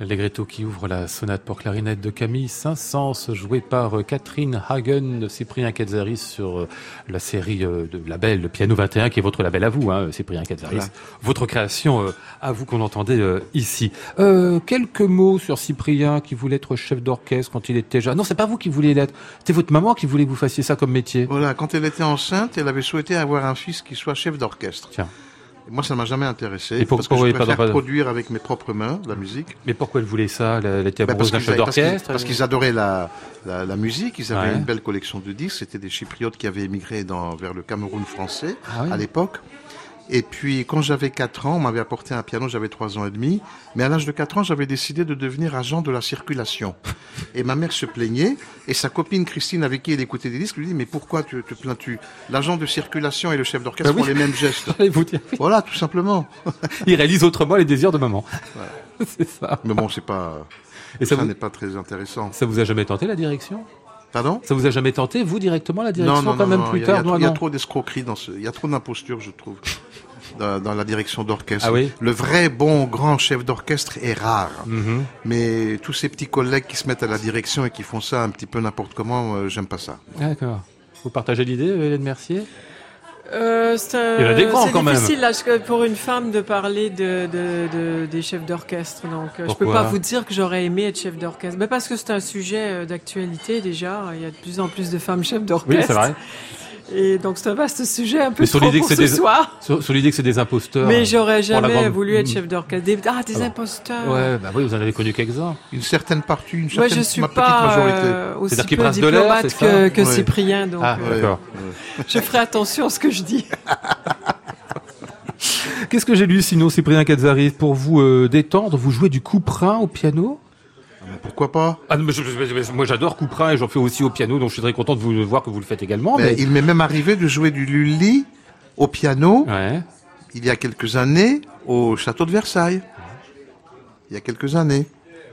L'allegretto qui ouvre la sonate pour clarinette de Camille Saint-Saëns, jouée par euh, Catherine Hagen, Cyprien Katsaris sur euh, la série euh, de label le Piano vingt et un, qui est votre label à vous, hein, Cyprien Katsaris. Voilà. Votre création euh, à vous qu'on entendait euh, ici. Euh, quelques mots sur Cyprien qui voulait être chef d'orchestre quand il était jeune. Non, c'est pas vous qui vouliez l'être. C'était votre maman qui voulait que vous fassiez ça comme métier. Voilà, quand elle était enceinte, elle avait souhaité avoir un fils qui soit chef d'orchestre. Tiens. Moi, ça ne m'a jamais intéressé, et pour, parce que pour, je oui, préfère pas, pas, produire avec mes propres mains la musique. Mais pourquoi elle voulait ça? Elle était amoureuse ben d'un chef d'orchestre? Parce qu'ils, parce qu'ils adoraient la, la, la musique, ils avaient ouais. une belle collection de disques, c'était des Chypriotes qui avaient émigré dans, vers le Cameroun français ah, oui. à l'époque. Et puis, quand j'avais quatre ans, on m'avait apporté un piano, j'avais trois ans et demi. Mais à l'âge de quatre ans, j'avais décidé de devenir agent de la circulation. Et ma mère se plaignait. Et sa copine Christine, avec qui elle écoutait des disques, lui dit, mais pourquoi te, te plains-tu? L'agent de circulation et le chef d'orchestre bah oui. font les mêmes gestes. Vous dire, oui. Voilà, tout simplement. Il réalise autrement les désirs de maman. Voilà. C'est ça. Mais bon, c'est pas, et ça, ça vous... n'est pas très intéressant. Ça vous a jamais tenté, la direction? Pardon? Ça vous a jamais tenté, vous, directement, la direction, non, non, quand non, même non, plus y a, tard? Il y, non, y a non. trop d'escroqueries dans ce, il y a trop d'impostures, je trouve. Dans, dans la direction d'orchestre. Ah oui? Le vrai bon grand chef d'orchestre est rare. Mm-hmm. Mais tous ces petits collègues qui se mettent à la direction et qui font ça un petit peu n'importe comment, euh, j'aime pas ça. D'accord. Vous partagez l'idée, Hélène Mercier? Euh, c'est un... Il y en a des grands, c'est quand difficile même. là, pour une femme de parler de, de, de, des chefs d'orchestre. Donc, euh, je peux pas vous dire que j'aurais aimé être chef d'orchestre. Mais parce que c'est un sujet d'actualité déjà. Il y a de plus en plus de femmes chefs d'orchestre. Oui, c'est vrai. Et donc c'est un vaste sujet, un peu mais trop pour que ce des... soir. Sur, sur l'idée que c'est des imposteurs. Mais j'aurais jamais grande... voulu être chef d'orchestre. Des... Ah, des ah, imposteurs. Ouais, bah oui, vous en avez connu quelques-uns. Une certaine partie, une Moi, certaine je suis ma pas petite majorité. Euh, aussi peu diplomate l'air, que, que ouais. Cyprien, donc ah, euh, d'accord. je ferai attention à ce que je dis. Qu'est-ce que j'ai lu sinon, Cyprien Katsaris? Pour vous euh, détendre, vous jouez du couperin au piano? Pourquoi pas? Ah, mais je, je, moi j'adore couperin et j'en fais aussi au piano, donc je suis très content de vous de voir que vous le faites également. Mais mais... Il m'est même arrivé de jouer du lully au piano ouais. il y a quelques années au château de Versailles. Il y a quelques années.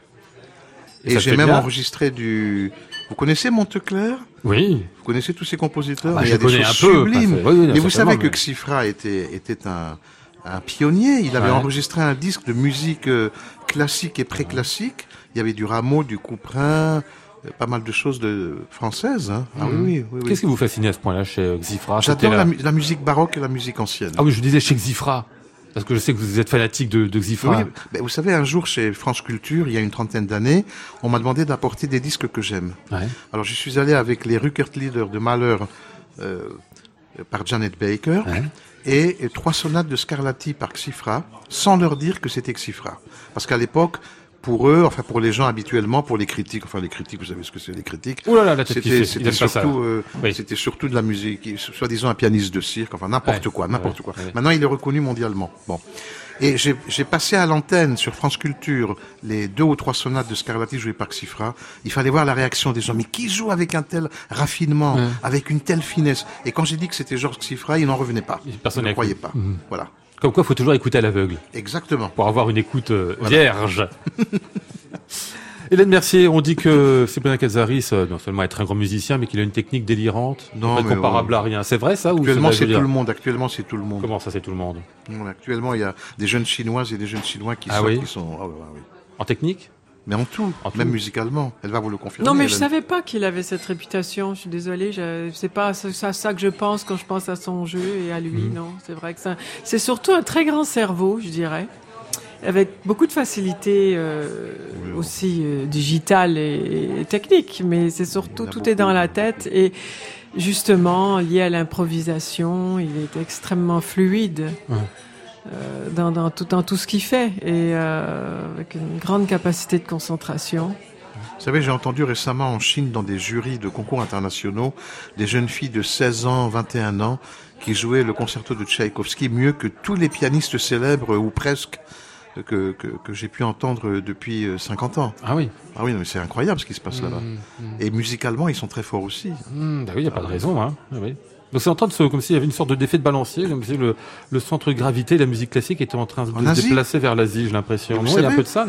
Et, et j'ai même bien. enregistré du... Vous connaissez Monteclair? Oui. Vous connaissez tous ces compositeurs? Bah, il y a des choses un peu. sublimes. Enfin, oui, oui, mais vous savez mais... que Xifra était, était un, un pionnier. Il avait ouais. enregistré un disque de musique euh, classique et pré-classique. Il y avait du Rameau, du Couperin, pas mal de choses de françaises. Hein. Ah, mmh. oui, oui, oui, Qu'est-ce oui. qui vous fascine à ce point-là chez Xifra? J'adore la... La, la musique baroque et la musique ancienne. Ah oui, je disais chez Xifra. Parce que je sais que vous êtes fanatique de, de Xifra. Oui, ben vous savez, un jour chez France Culture, il y a une trentaine d'années, on m'a demandé d'apporter des disques que j'aime. Ouais. Alors je suis allé avec les Rückert-Lieder de Mahler euh, par Janet Baker ouais. et, et trois sonates de Scarlatti par Xifra, sans leur dire que c'était Xifra. Parce qu'à l'époque, pour eux, enfin pour les gens habituellement, pour les critiques, enfin les critiques, vous savez ce que c'est les critiques. Ouh là là, la tête c'était, c'était surtout, ça, euh, oui. c'était surtout de la musique, soi-disant un pianiste de cirque, enfin n'importe ouais. quoi, n'importe ouais. quoi. Ouais. Maintenant, il est reconnu mondialement. Bon. Et j'ai, j'ai passé à l'antenne sur France Culture les deux ou trois sonates de Scarlatti jouées par Xifra. Il fallait voir la réaction des gens. Mais qui joue avec un tel raffinement, ouais. avec une telle finesse? Et quand j'ai dit que c'était Georges Xifra, il n'en revenait pas. Personne il ne croyait pas. Mmh. Voilà. Comme quoi, il faut toujours écouter à l'aveugle. Exactement. Pour avoir une écoute euh, voilà. vierge. Hélène Mercier, on dit que Cyprien Katsaris, euh, non seulement est un grand musicien, mais qu'il a une technique délirante, non, pas comparable on... à rien. C'est vrai ça? Actuellement, ou c'est, c'est tout le monde. Actuellement, c'est tout le monde. Comment ça, c'est tout le monde? Non, actuellement, il y a des jeunes Chinoises et des jeunes Chinois qui, ah sortent, oui qui sont... Oh, ouais, oui. En technique? Mais en tout, en tout, même musicalement. Elle va vous le confirmer. Non, mais Hélène. Je savais pas qu'il avait cette réputation. Je suis désolée. Je... C'est pas à ça que je pense quand je pense à son jeu et à lui. Mmh. Non, c'est vrai que ça... c'est surtout un très grand cerveau, je dirais, avec beaucoup de facilité euh, oui, aussi euh, digitale et, et technique. Mais c'est surtout tout beaucoup. Est dans la tête et justement lié à l'improvisation. Il est extrêmement fluide. Ouais. Euh, dans, dans, tout, dans tout ce qu'il fait et euh, avec une grande capacité de concentration. Vous savez, j'ai entendu récemment en Chine, dans des jurys de concours internationaux, des jeunes filles de seize ans, vingt et un ans, qui jouaient le concerto de Tchaïkovski mieux que tous les pianistes célèbres, ou presque, que, que, que j'ai pu entendre depuis cinquante ans. Ah oui. Ah oui, mais c'est incroyable ce qui se passe mmh, là-bas. Mmh. Et musicalement, ils sont très forts aussi. Mmh, bah oui, il n'y a pas de raison, hein. Ah oui. Donc c'est en train de se, comme s'il y avait une sorte de d'effet de balancier, comme si le, le centre de gravité de la musique classique était en train de se déplacer vers l'Asie, j'ai l'impression. Non, il y a un peu de ça, non? Vous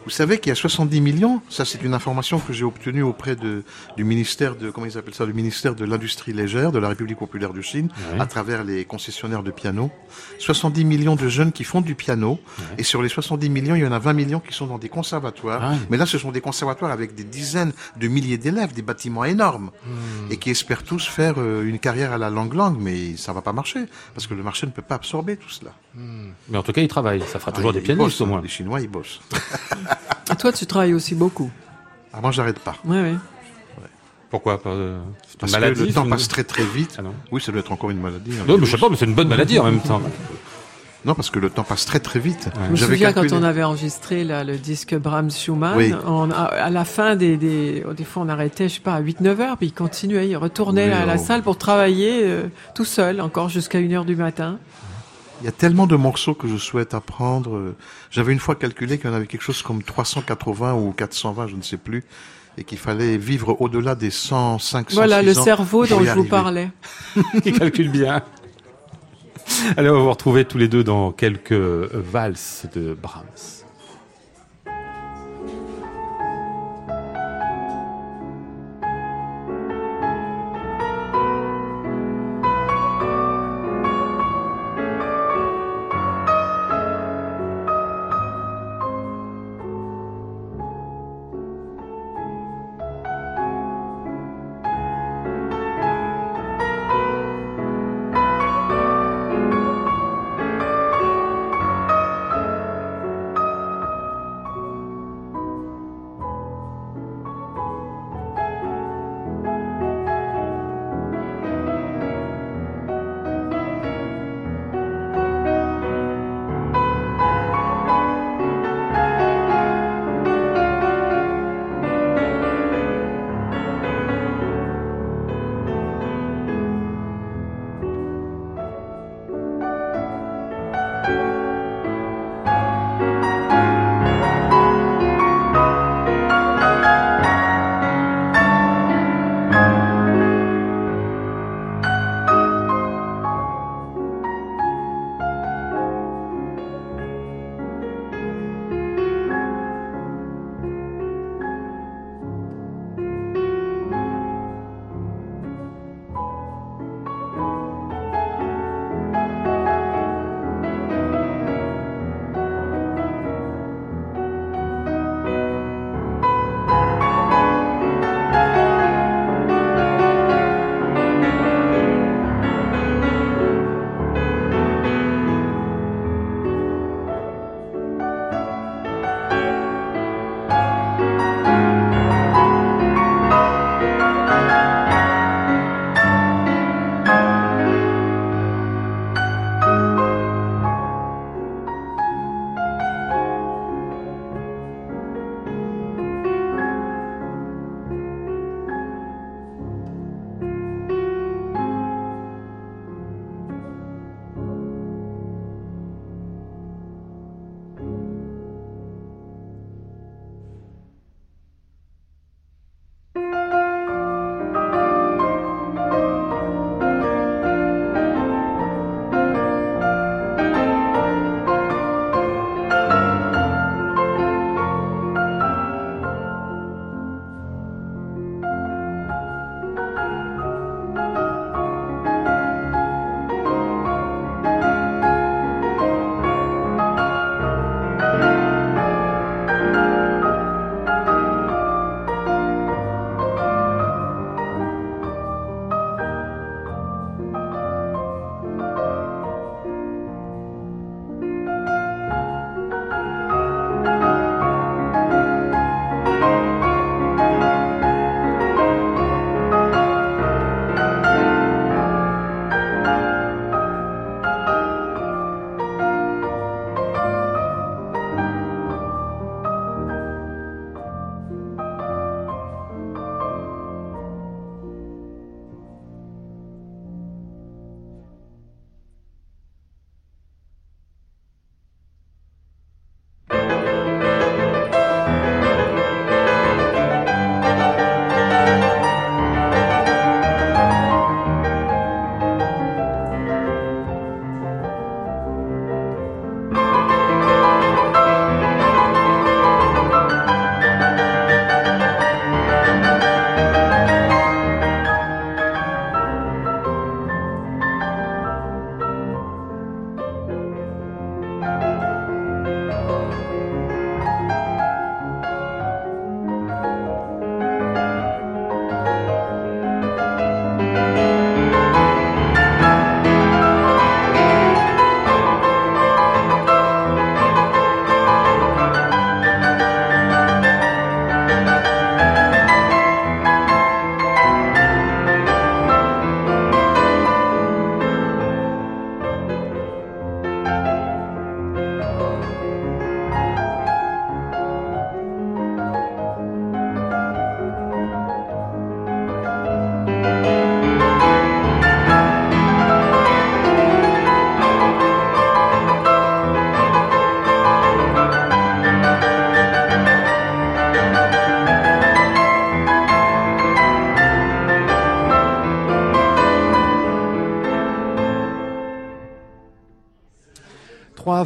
Vous savez qu'il y a soixante-dix millions, ça c'est une information que j'ai obtenue auprès de, du ministère de, comment ils appellent ça, le ministère de l'Industrie légère de la République populaire de Chine, Ouais. à travers les concessionnaires de piano. soixante-dix millions de jeunes qui font du piano, Ouais. et sur les soixante-dix millions, il y en a vingt millions qui sont dans des conservatoires. Ah. Mais là, ce sont des conservatoires avec des dizaines de milliers d'élèves, des bâtiments énormes, Hmm. et qui espèrent tous faire euh, une carrière à la langue langue, mais ça va pas marcher, parce que le marché ne peut pas absorber tout cela. Mais en tout cas, ils travaillent. Ça fera toujours Ah, des ils pianistes bossent, au hein, moins. Les Chinois, ils bossent. Et toi, tu travailles aussi beaucoup. Ah, moi, j'arrête pas. Ouais, ouais. Pourquoi pas, euh, c'est une Parce maladie, que le temps c'est une- passe très très vite. Ah non. Oui, ça doit être encore une maladie. hein, Non, le mais je sais virus. pas, mais c'est une bonne maladie en même temps. Non, parce que le temps passe très très vite. Je me J'avais souviens calculé- quand on avait enregistré là, le disque Brahms Schumann, Oui. on, à, à la fin des, des, des fois on arrêtait, je sais pas, à huit neuf heures, puis il continuait, il retournait Oui, à la oh. salle pour travailler euh, tout seul, encore jusqu'à une heure du matin. Il y a tellement de morceaux que je souhaite apprendre. J'avais une fois calculé qu'il y en avait quelque chose comme trois cent quatre-vingts ou quatre cent vingt, je ne sais plus, et qu'il fallait vivre au-delà des cent cinq, cent Voilà six le ans cerveau pour dont y je vous arriver. parlais. Il calcule bien. Allez, on va vous retrouver tous les deux dans quelques valses de Brahms. Thank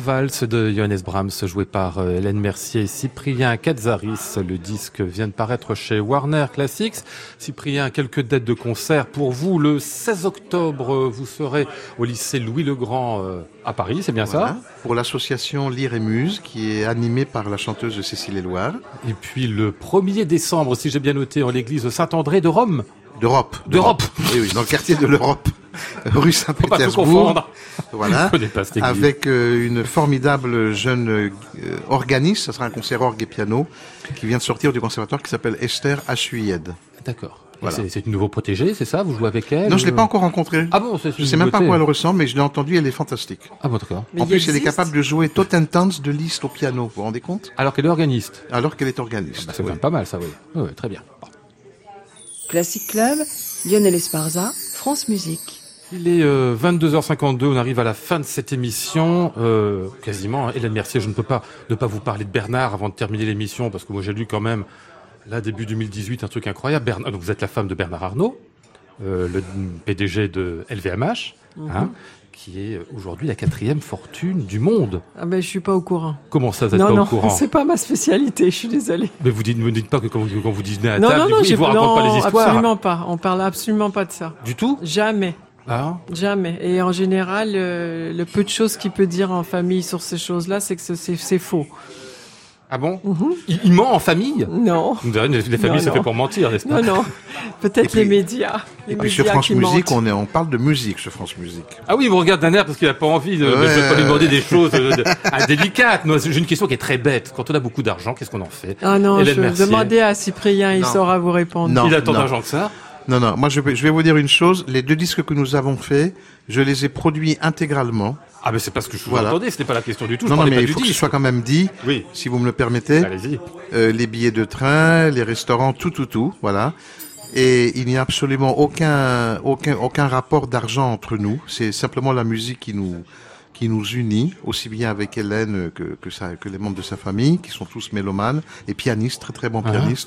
valse de Johannes Brahms, joué par euh, Hélène Mercier et Cyprien Katsaris. Le disque vient de paraître chez Warner Classics. Cyprien, quelques dates de concert pour vous. Le seize octobre, vous serez au lycée Louis-le-Grand euh, à Paris, c'est bien Voilà. ça? Pour l'association Lire et Muse, qui est animée par la chanteuse Cécile Éloire. Et puis le premier décembre, si j'ai bien noté, en l'église Saint-André de Rome. D'Europe. D'Europe. Oui, oui, dans le quartier de l'Europe, rue Faut pas tout Saint-Pétersbourg. confondre. Voilà. Je connais pas cette église. Avec euh, une formidable jeune euh, organiste, ça sera un concert orgue et piano, qui vient de sortir du conservatoire, qui s'appelle Esther Achuyed. D'accord. Et Voilà. C'est, c'est une nouveau protégée, c'est ça? Vous jouez avec elle? Non, je l'ai ou- pas encore rencontrée. Ah bon, c'est Je une sais même pas à nouveauté. quoi elle ressemble, mais je l'ai entendue, elle est fantastique. Ah bon, d'accord. Mais en il plus, elle est existe- capable de jouer Totentanz de Liszt au piano, vous vous rendez compte? Alors qu'elle est organiste. Alors qu'elle est organiste. Bah, c'est quand Oui. même pas mal, ça, oui. Oui, oui, très bien. Bon. Classic Club, Lionel Esparza, France Musique. Il est euh, vingt-deux heures cinquante-deux, on arrive à la fin de cette émission, euh, quasiment. hein. Hélène Mercier, je ne peux pas ne pas vous parler de Bernard avant de terminer l'émission, parce que moi j'ai lu quand même, là, début deux mille dix-huit, un truc incroyable. Bernard, donc vous êtes la femme de Bernard Arnault, euh, le P D G de L V M H, hein, qui est aujourd'hui la quatrième fortune du monde. Ah ben, je suis pas au courant. Comment ça, vous n'êtes Non, pas non, au courant? c'est pas ma spécialité, je suis désolée. Mais vous dites, me dites pas que quand vous, quand vous dînez à Non, table, non, non, ils j'ai vous racontent pas les histoires. absolument pas. On parle absolument pas de ça. Du tout? Jamais. Ah. Jamais. Et en général, euh, le peu de choses qu'il peut dire en famille sur ces choses-là, c'est que c'est, c'est, c'est faux. Ah bon? Mhm. il, il ment en famille? Non. Vous savez, Les, les familles, Non, c'est non. fait pour mentir, n'est-ce pas? Non, non. Peut-être Et puis- les médias. Les Et puis médias sur France qui Musique, mentent. on, est, on parle de musique sur France Musique. Ah oui, il me regarde d'un air parce qu'il a pas envie de, de- Ouais. je vais pas lui demander des choses euh, de- indélicates. Non, j'ai une question qui est très bête. Quand on a beaucoup d'argent, qu'est-ce qu'on en fait? Ah non, Hélène je Mercier. demandez à Cyprien, il Non. saura vous répondre. Non. Il a tant d'argent que ça. Non, non, moi je vais, je vais vous dire une chose, les deux disques que nous avons faits, je les ai produits intégralement. Ah mais c'est pas ce que je vous Voilà. entendais, ce n'est pas la question du tout. Je Non, non, parlais mais pas il du faut que ce disque. soit quand même dit, Oui, si vous me le permettez, allez-y. euh, les billets de train, les restaurants, tout, tout, tout, voilà. Et il n'y a absolument aucun, aucun, aucun rapport d'argent entre nous. C'est simplement la musique qui nous, qui nous unit, aussi bien avec Hélène que, que, sa, que les membres de sa famille, qui sont tous mélomanes et pianistes, très très bons Ah. pianistes.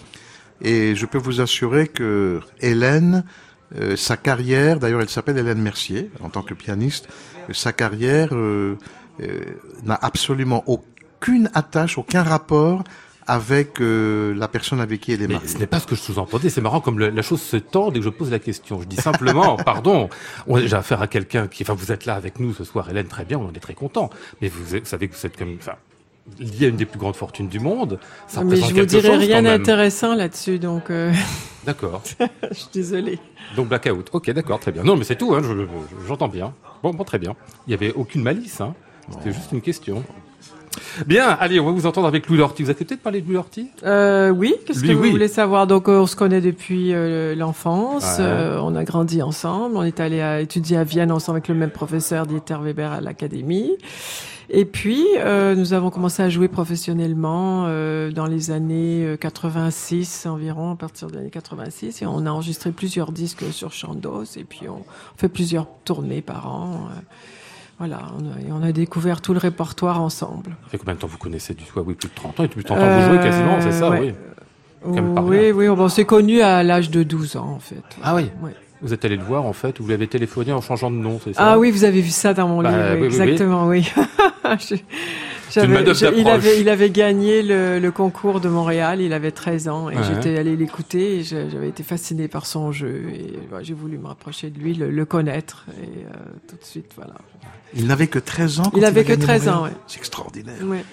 Et je peux vous assurer que Hélène, euh, sa carrière, d'ailleurs elle s'appelle Hélène Mercier, en tant que pianiste, euh, sa carrière euh, euh, n'a absolument aucune attache, aucun rapport avec euh, la personne avec qui elle est Mais mariée. ce n'est pas ce que je sous-entendais. C'est marrant comme le- la chose se tord dès que je pose la question. Je dis simplement, pardon, on a déjà affaire à quelqu'un qui, enfin, vous êtes là avec nous ce soir, Hélène, très bien, on en est très content. Mais vous, êtes- vous savez que vous êtes comme, enfin, lié à une des plus grandes fortunes du monde. Ça Mais représente je vous quelque dirai chose, rien quand même. d'intéressant là-dessus, donc euh, D'accord. je suis désolée. Donc blackout. Ok, d'accord, très bien. Non, mais c'est tout. Hein, je- je- j'entends bien. Bon, bon, très bien. Il y avait aucune malice. Hein. C'était juste une question. Bien, allez, on va vous entendre avec Louis Lorty. Vous acceptez de parler de Louis Lorty? Euh, oui, qu'est-ce Lui, que vous oui. voulez savoir? Donc, euh, on se connaît depuis euh, l'enfance, Ouais. euh, on a grandi ensemble, on est allé à étudier à Vienne ensemble avec le même professeur, Dieter Weber, à l'Académie. Et puis, euh, nous avons commencé à jouer professionnellement euh, dans les années euh, quatre-vingt-six environ, à partir de l'année quatre-vingt-six, et on a enregistré plusieurs disques sur Chandos, et puis on fait plusieurs tournées par an. euh, Voilà, on a, et on a découvert tout le répertoire ensemble. Ça fait combien de temps vous connaissez du tout? Ah oui, plus de trente ans. Et depuis trente ans, vous jouez quasiment, c'est ça, ouais. oui. Quand même pas Oui, rien. oui, bon, c'est connu à l'âge de douze ans, en fait. Ah oui. Ouais. Vous êtes allé le voir, en fait, ou vous l'avez téléphoné en changeant de nom, c'est ça? Ah oui, vous avez vu ça dans mon Bah, livre, oui, oui, exactement, oui. Je- j'avais- une manœuvre j'ai- il, d'approche. avait, il avait gagné le, le concours de Montréal, il avait treize ans, et Ouais. j'étais allée l'écouter, et je- j'avais été fascinée par son jeu, et voilà, j'ai voulu me rapprocher de lui, le, le connaître, et euh, tout de suite, voilà. Il n'avait que treize ans quand Il avait a que gagné treize Montréal. ans, ouais. C'est extraordinaire. Ouais.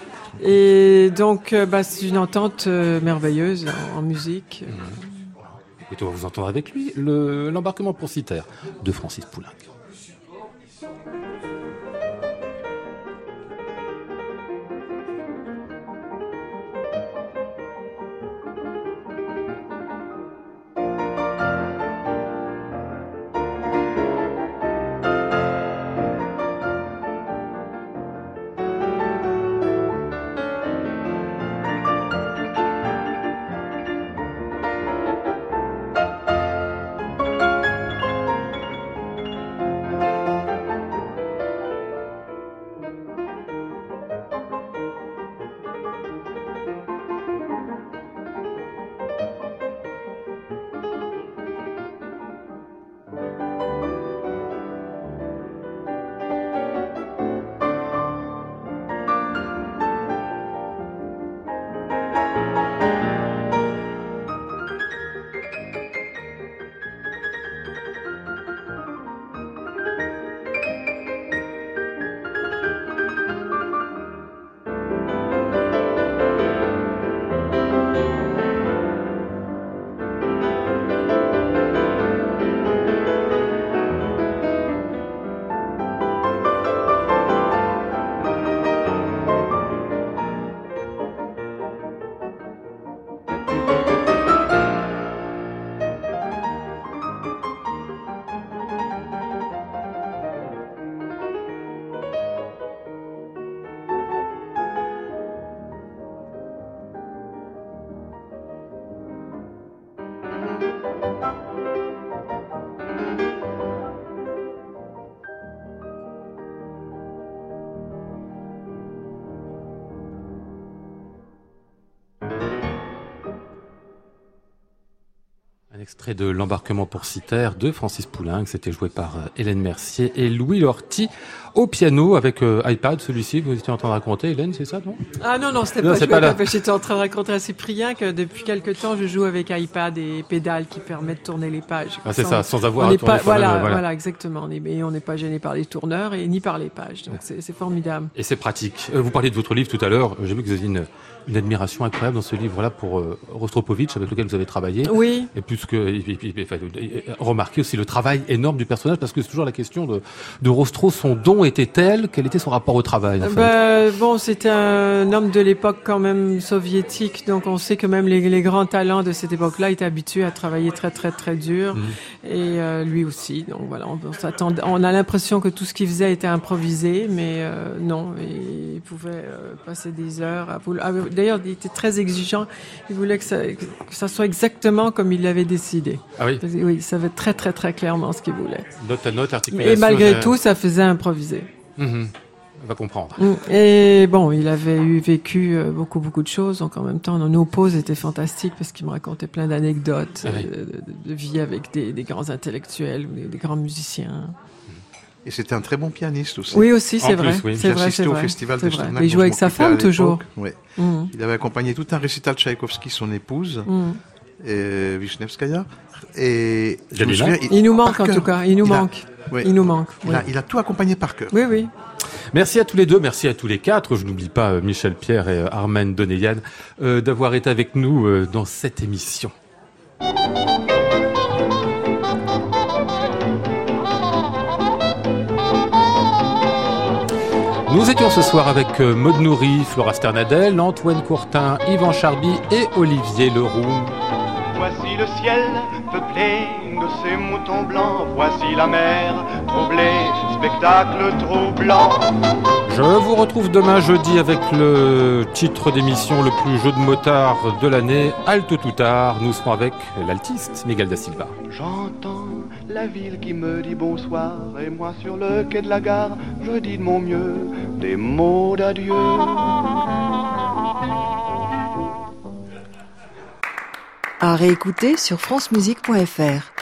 Et donc, euh, bah, c'est une entente euh, merveilleuse en, en musique. Et on va vous entendre avec lui, le- l'embarquement pour Citer de Francis Poulenc. Thank Extrait de l'embarquement pour Cythère de Francis Poulenc, c'était joué par euh, Hélène Mercier et Louis Lortie au piano avec euh, iPad, celui-ci, vous étiez en train de raconter, Hélène, c'est ça, non? Ah non, non, c'était Non, pas, c'est joué pas là. avec iPad. J'étais en train de raconter à Cyprien que depuis quelque temps, je joue avec iPad et pédales qui permettent de tourner les pages. Ah, c'est Sans- ça, sans avoir on à n'est tourner pas, soi-même, voilà, euh, voilà. voilà, exactement. On est, et on n'est pas gêné par les tourneurs et ni par les pages. Donc c'est, c'est formidable. Et c'est pratique. Euh, vous parliez de votre livre tout à l'heure, j'ai vu que vous aviez une, une admiration incroyable dans ce livre-là pour euh, Rostropovitch, avec lequel vous avez travaillé. Oui. Et plus que, et, et, et, enfin, et, remarquez aussi le travail énorme du personnage, parce que c'est toujours la question de, de Rostro, son don était tel, quel était son rapport au travail, en fait. Ben, bon, c'était un homme de l'époque quand même soviétique, donc on sait que même les, les grands talents de cette époque-là étaient habitués à travailler très très très dur, Mmh. et euh, lui aussi. Donc voilà, on, on s'attendait, on a l'impression que tout ce qu'il faisait était improvisé, mais euh, non, il pouvait euh, passer des heures à vouloir. Ah, d'ailleurs, il était très exigeant. Il voulait que ça, que ça soit exactement comme il l'avait décidé. Ah oui. Oui, il savait très très très clairement ce qu'il voulait. Note à note, articulation. Et malgré euh, tout, ça faisait improviser. Mmh. On va comprendre. Mm. Et bon, il avait eu vécu euh, beaucoup, beaucoup de choses. Donc en même temps, nos pauses étaient fantastiques parce qu'il me racontait plein d'anecdotes Ah oui. euh, de, de vie avec des, des grands intellectuels, des, des grands musiciens. Et c'était un très bon pianiste aussi. Oui, aussi, c'est En plus, vrai. oui. C'est J'ai vrai, assisté c'est au vrai. festival C'est de vrai. Starnach Mais il dont jouait je avec sa m'occupais à femme l'époque. toujours. Ouais. Mm. Il avait accompagné tout un récital de Tchaïkovski, son épouse, Mm. et Wisniewskaïa. Et je me Janina. souviens, Il nous manque par en cœur. tout cas. Il nous Il a- manque. ouais. Il nous manque. Il oui. a, il a tout accompagné par cœur. Oui, oui. Merci à tous les deux, merci à tous les quatre. Je n'oublie pas euh, Michel Pierre et euh, Armen Doneyan euh, d'avoir été avec nous euh, dans cette émission. Nous étions ce soir avec euh, Maud Nourri, Flora Sternadel, Antoine Courtin, Yvan Charby et Olivier Leroux. Voici le ciel peuplé de ces moutons blancs. Voici la mer troublée, spectacle troublant. Je vous retrouve demain jeudi avec le titre d'émission le plus jeu de motard de l'année, Alto tout tard. Nous serons avec l'altiste Miguel da Silva. J'entends la ville qui me dit bonsoir, et moi sur le quai de la gare, je dis de mon mieux des mots d'adieu. À réécouter sur francemusique point f r.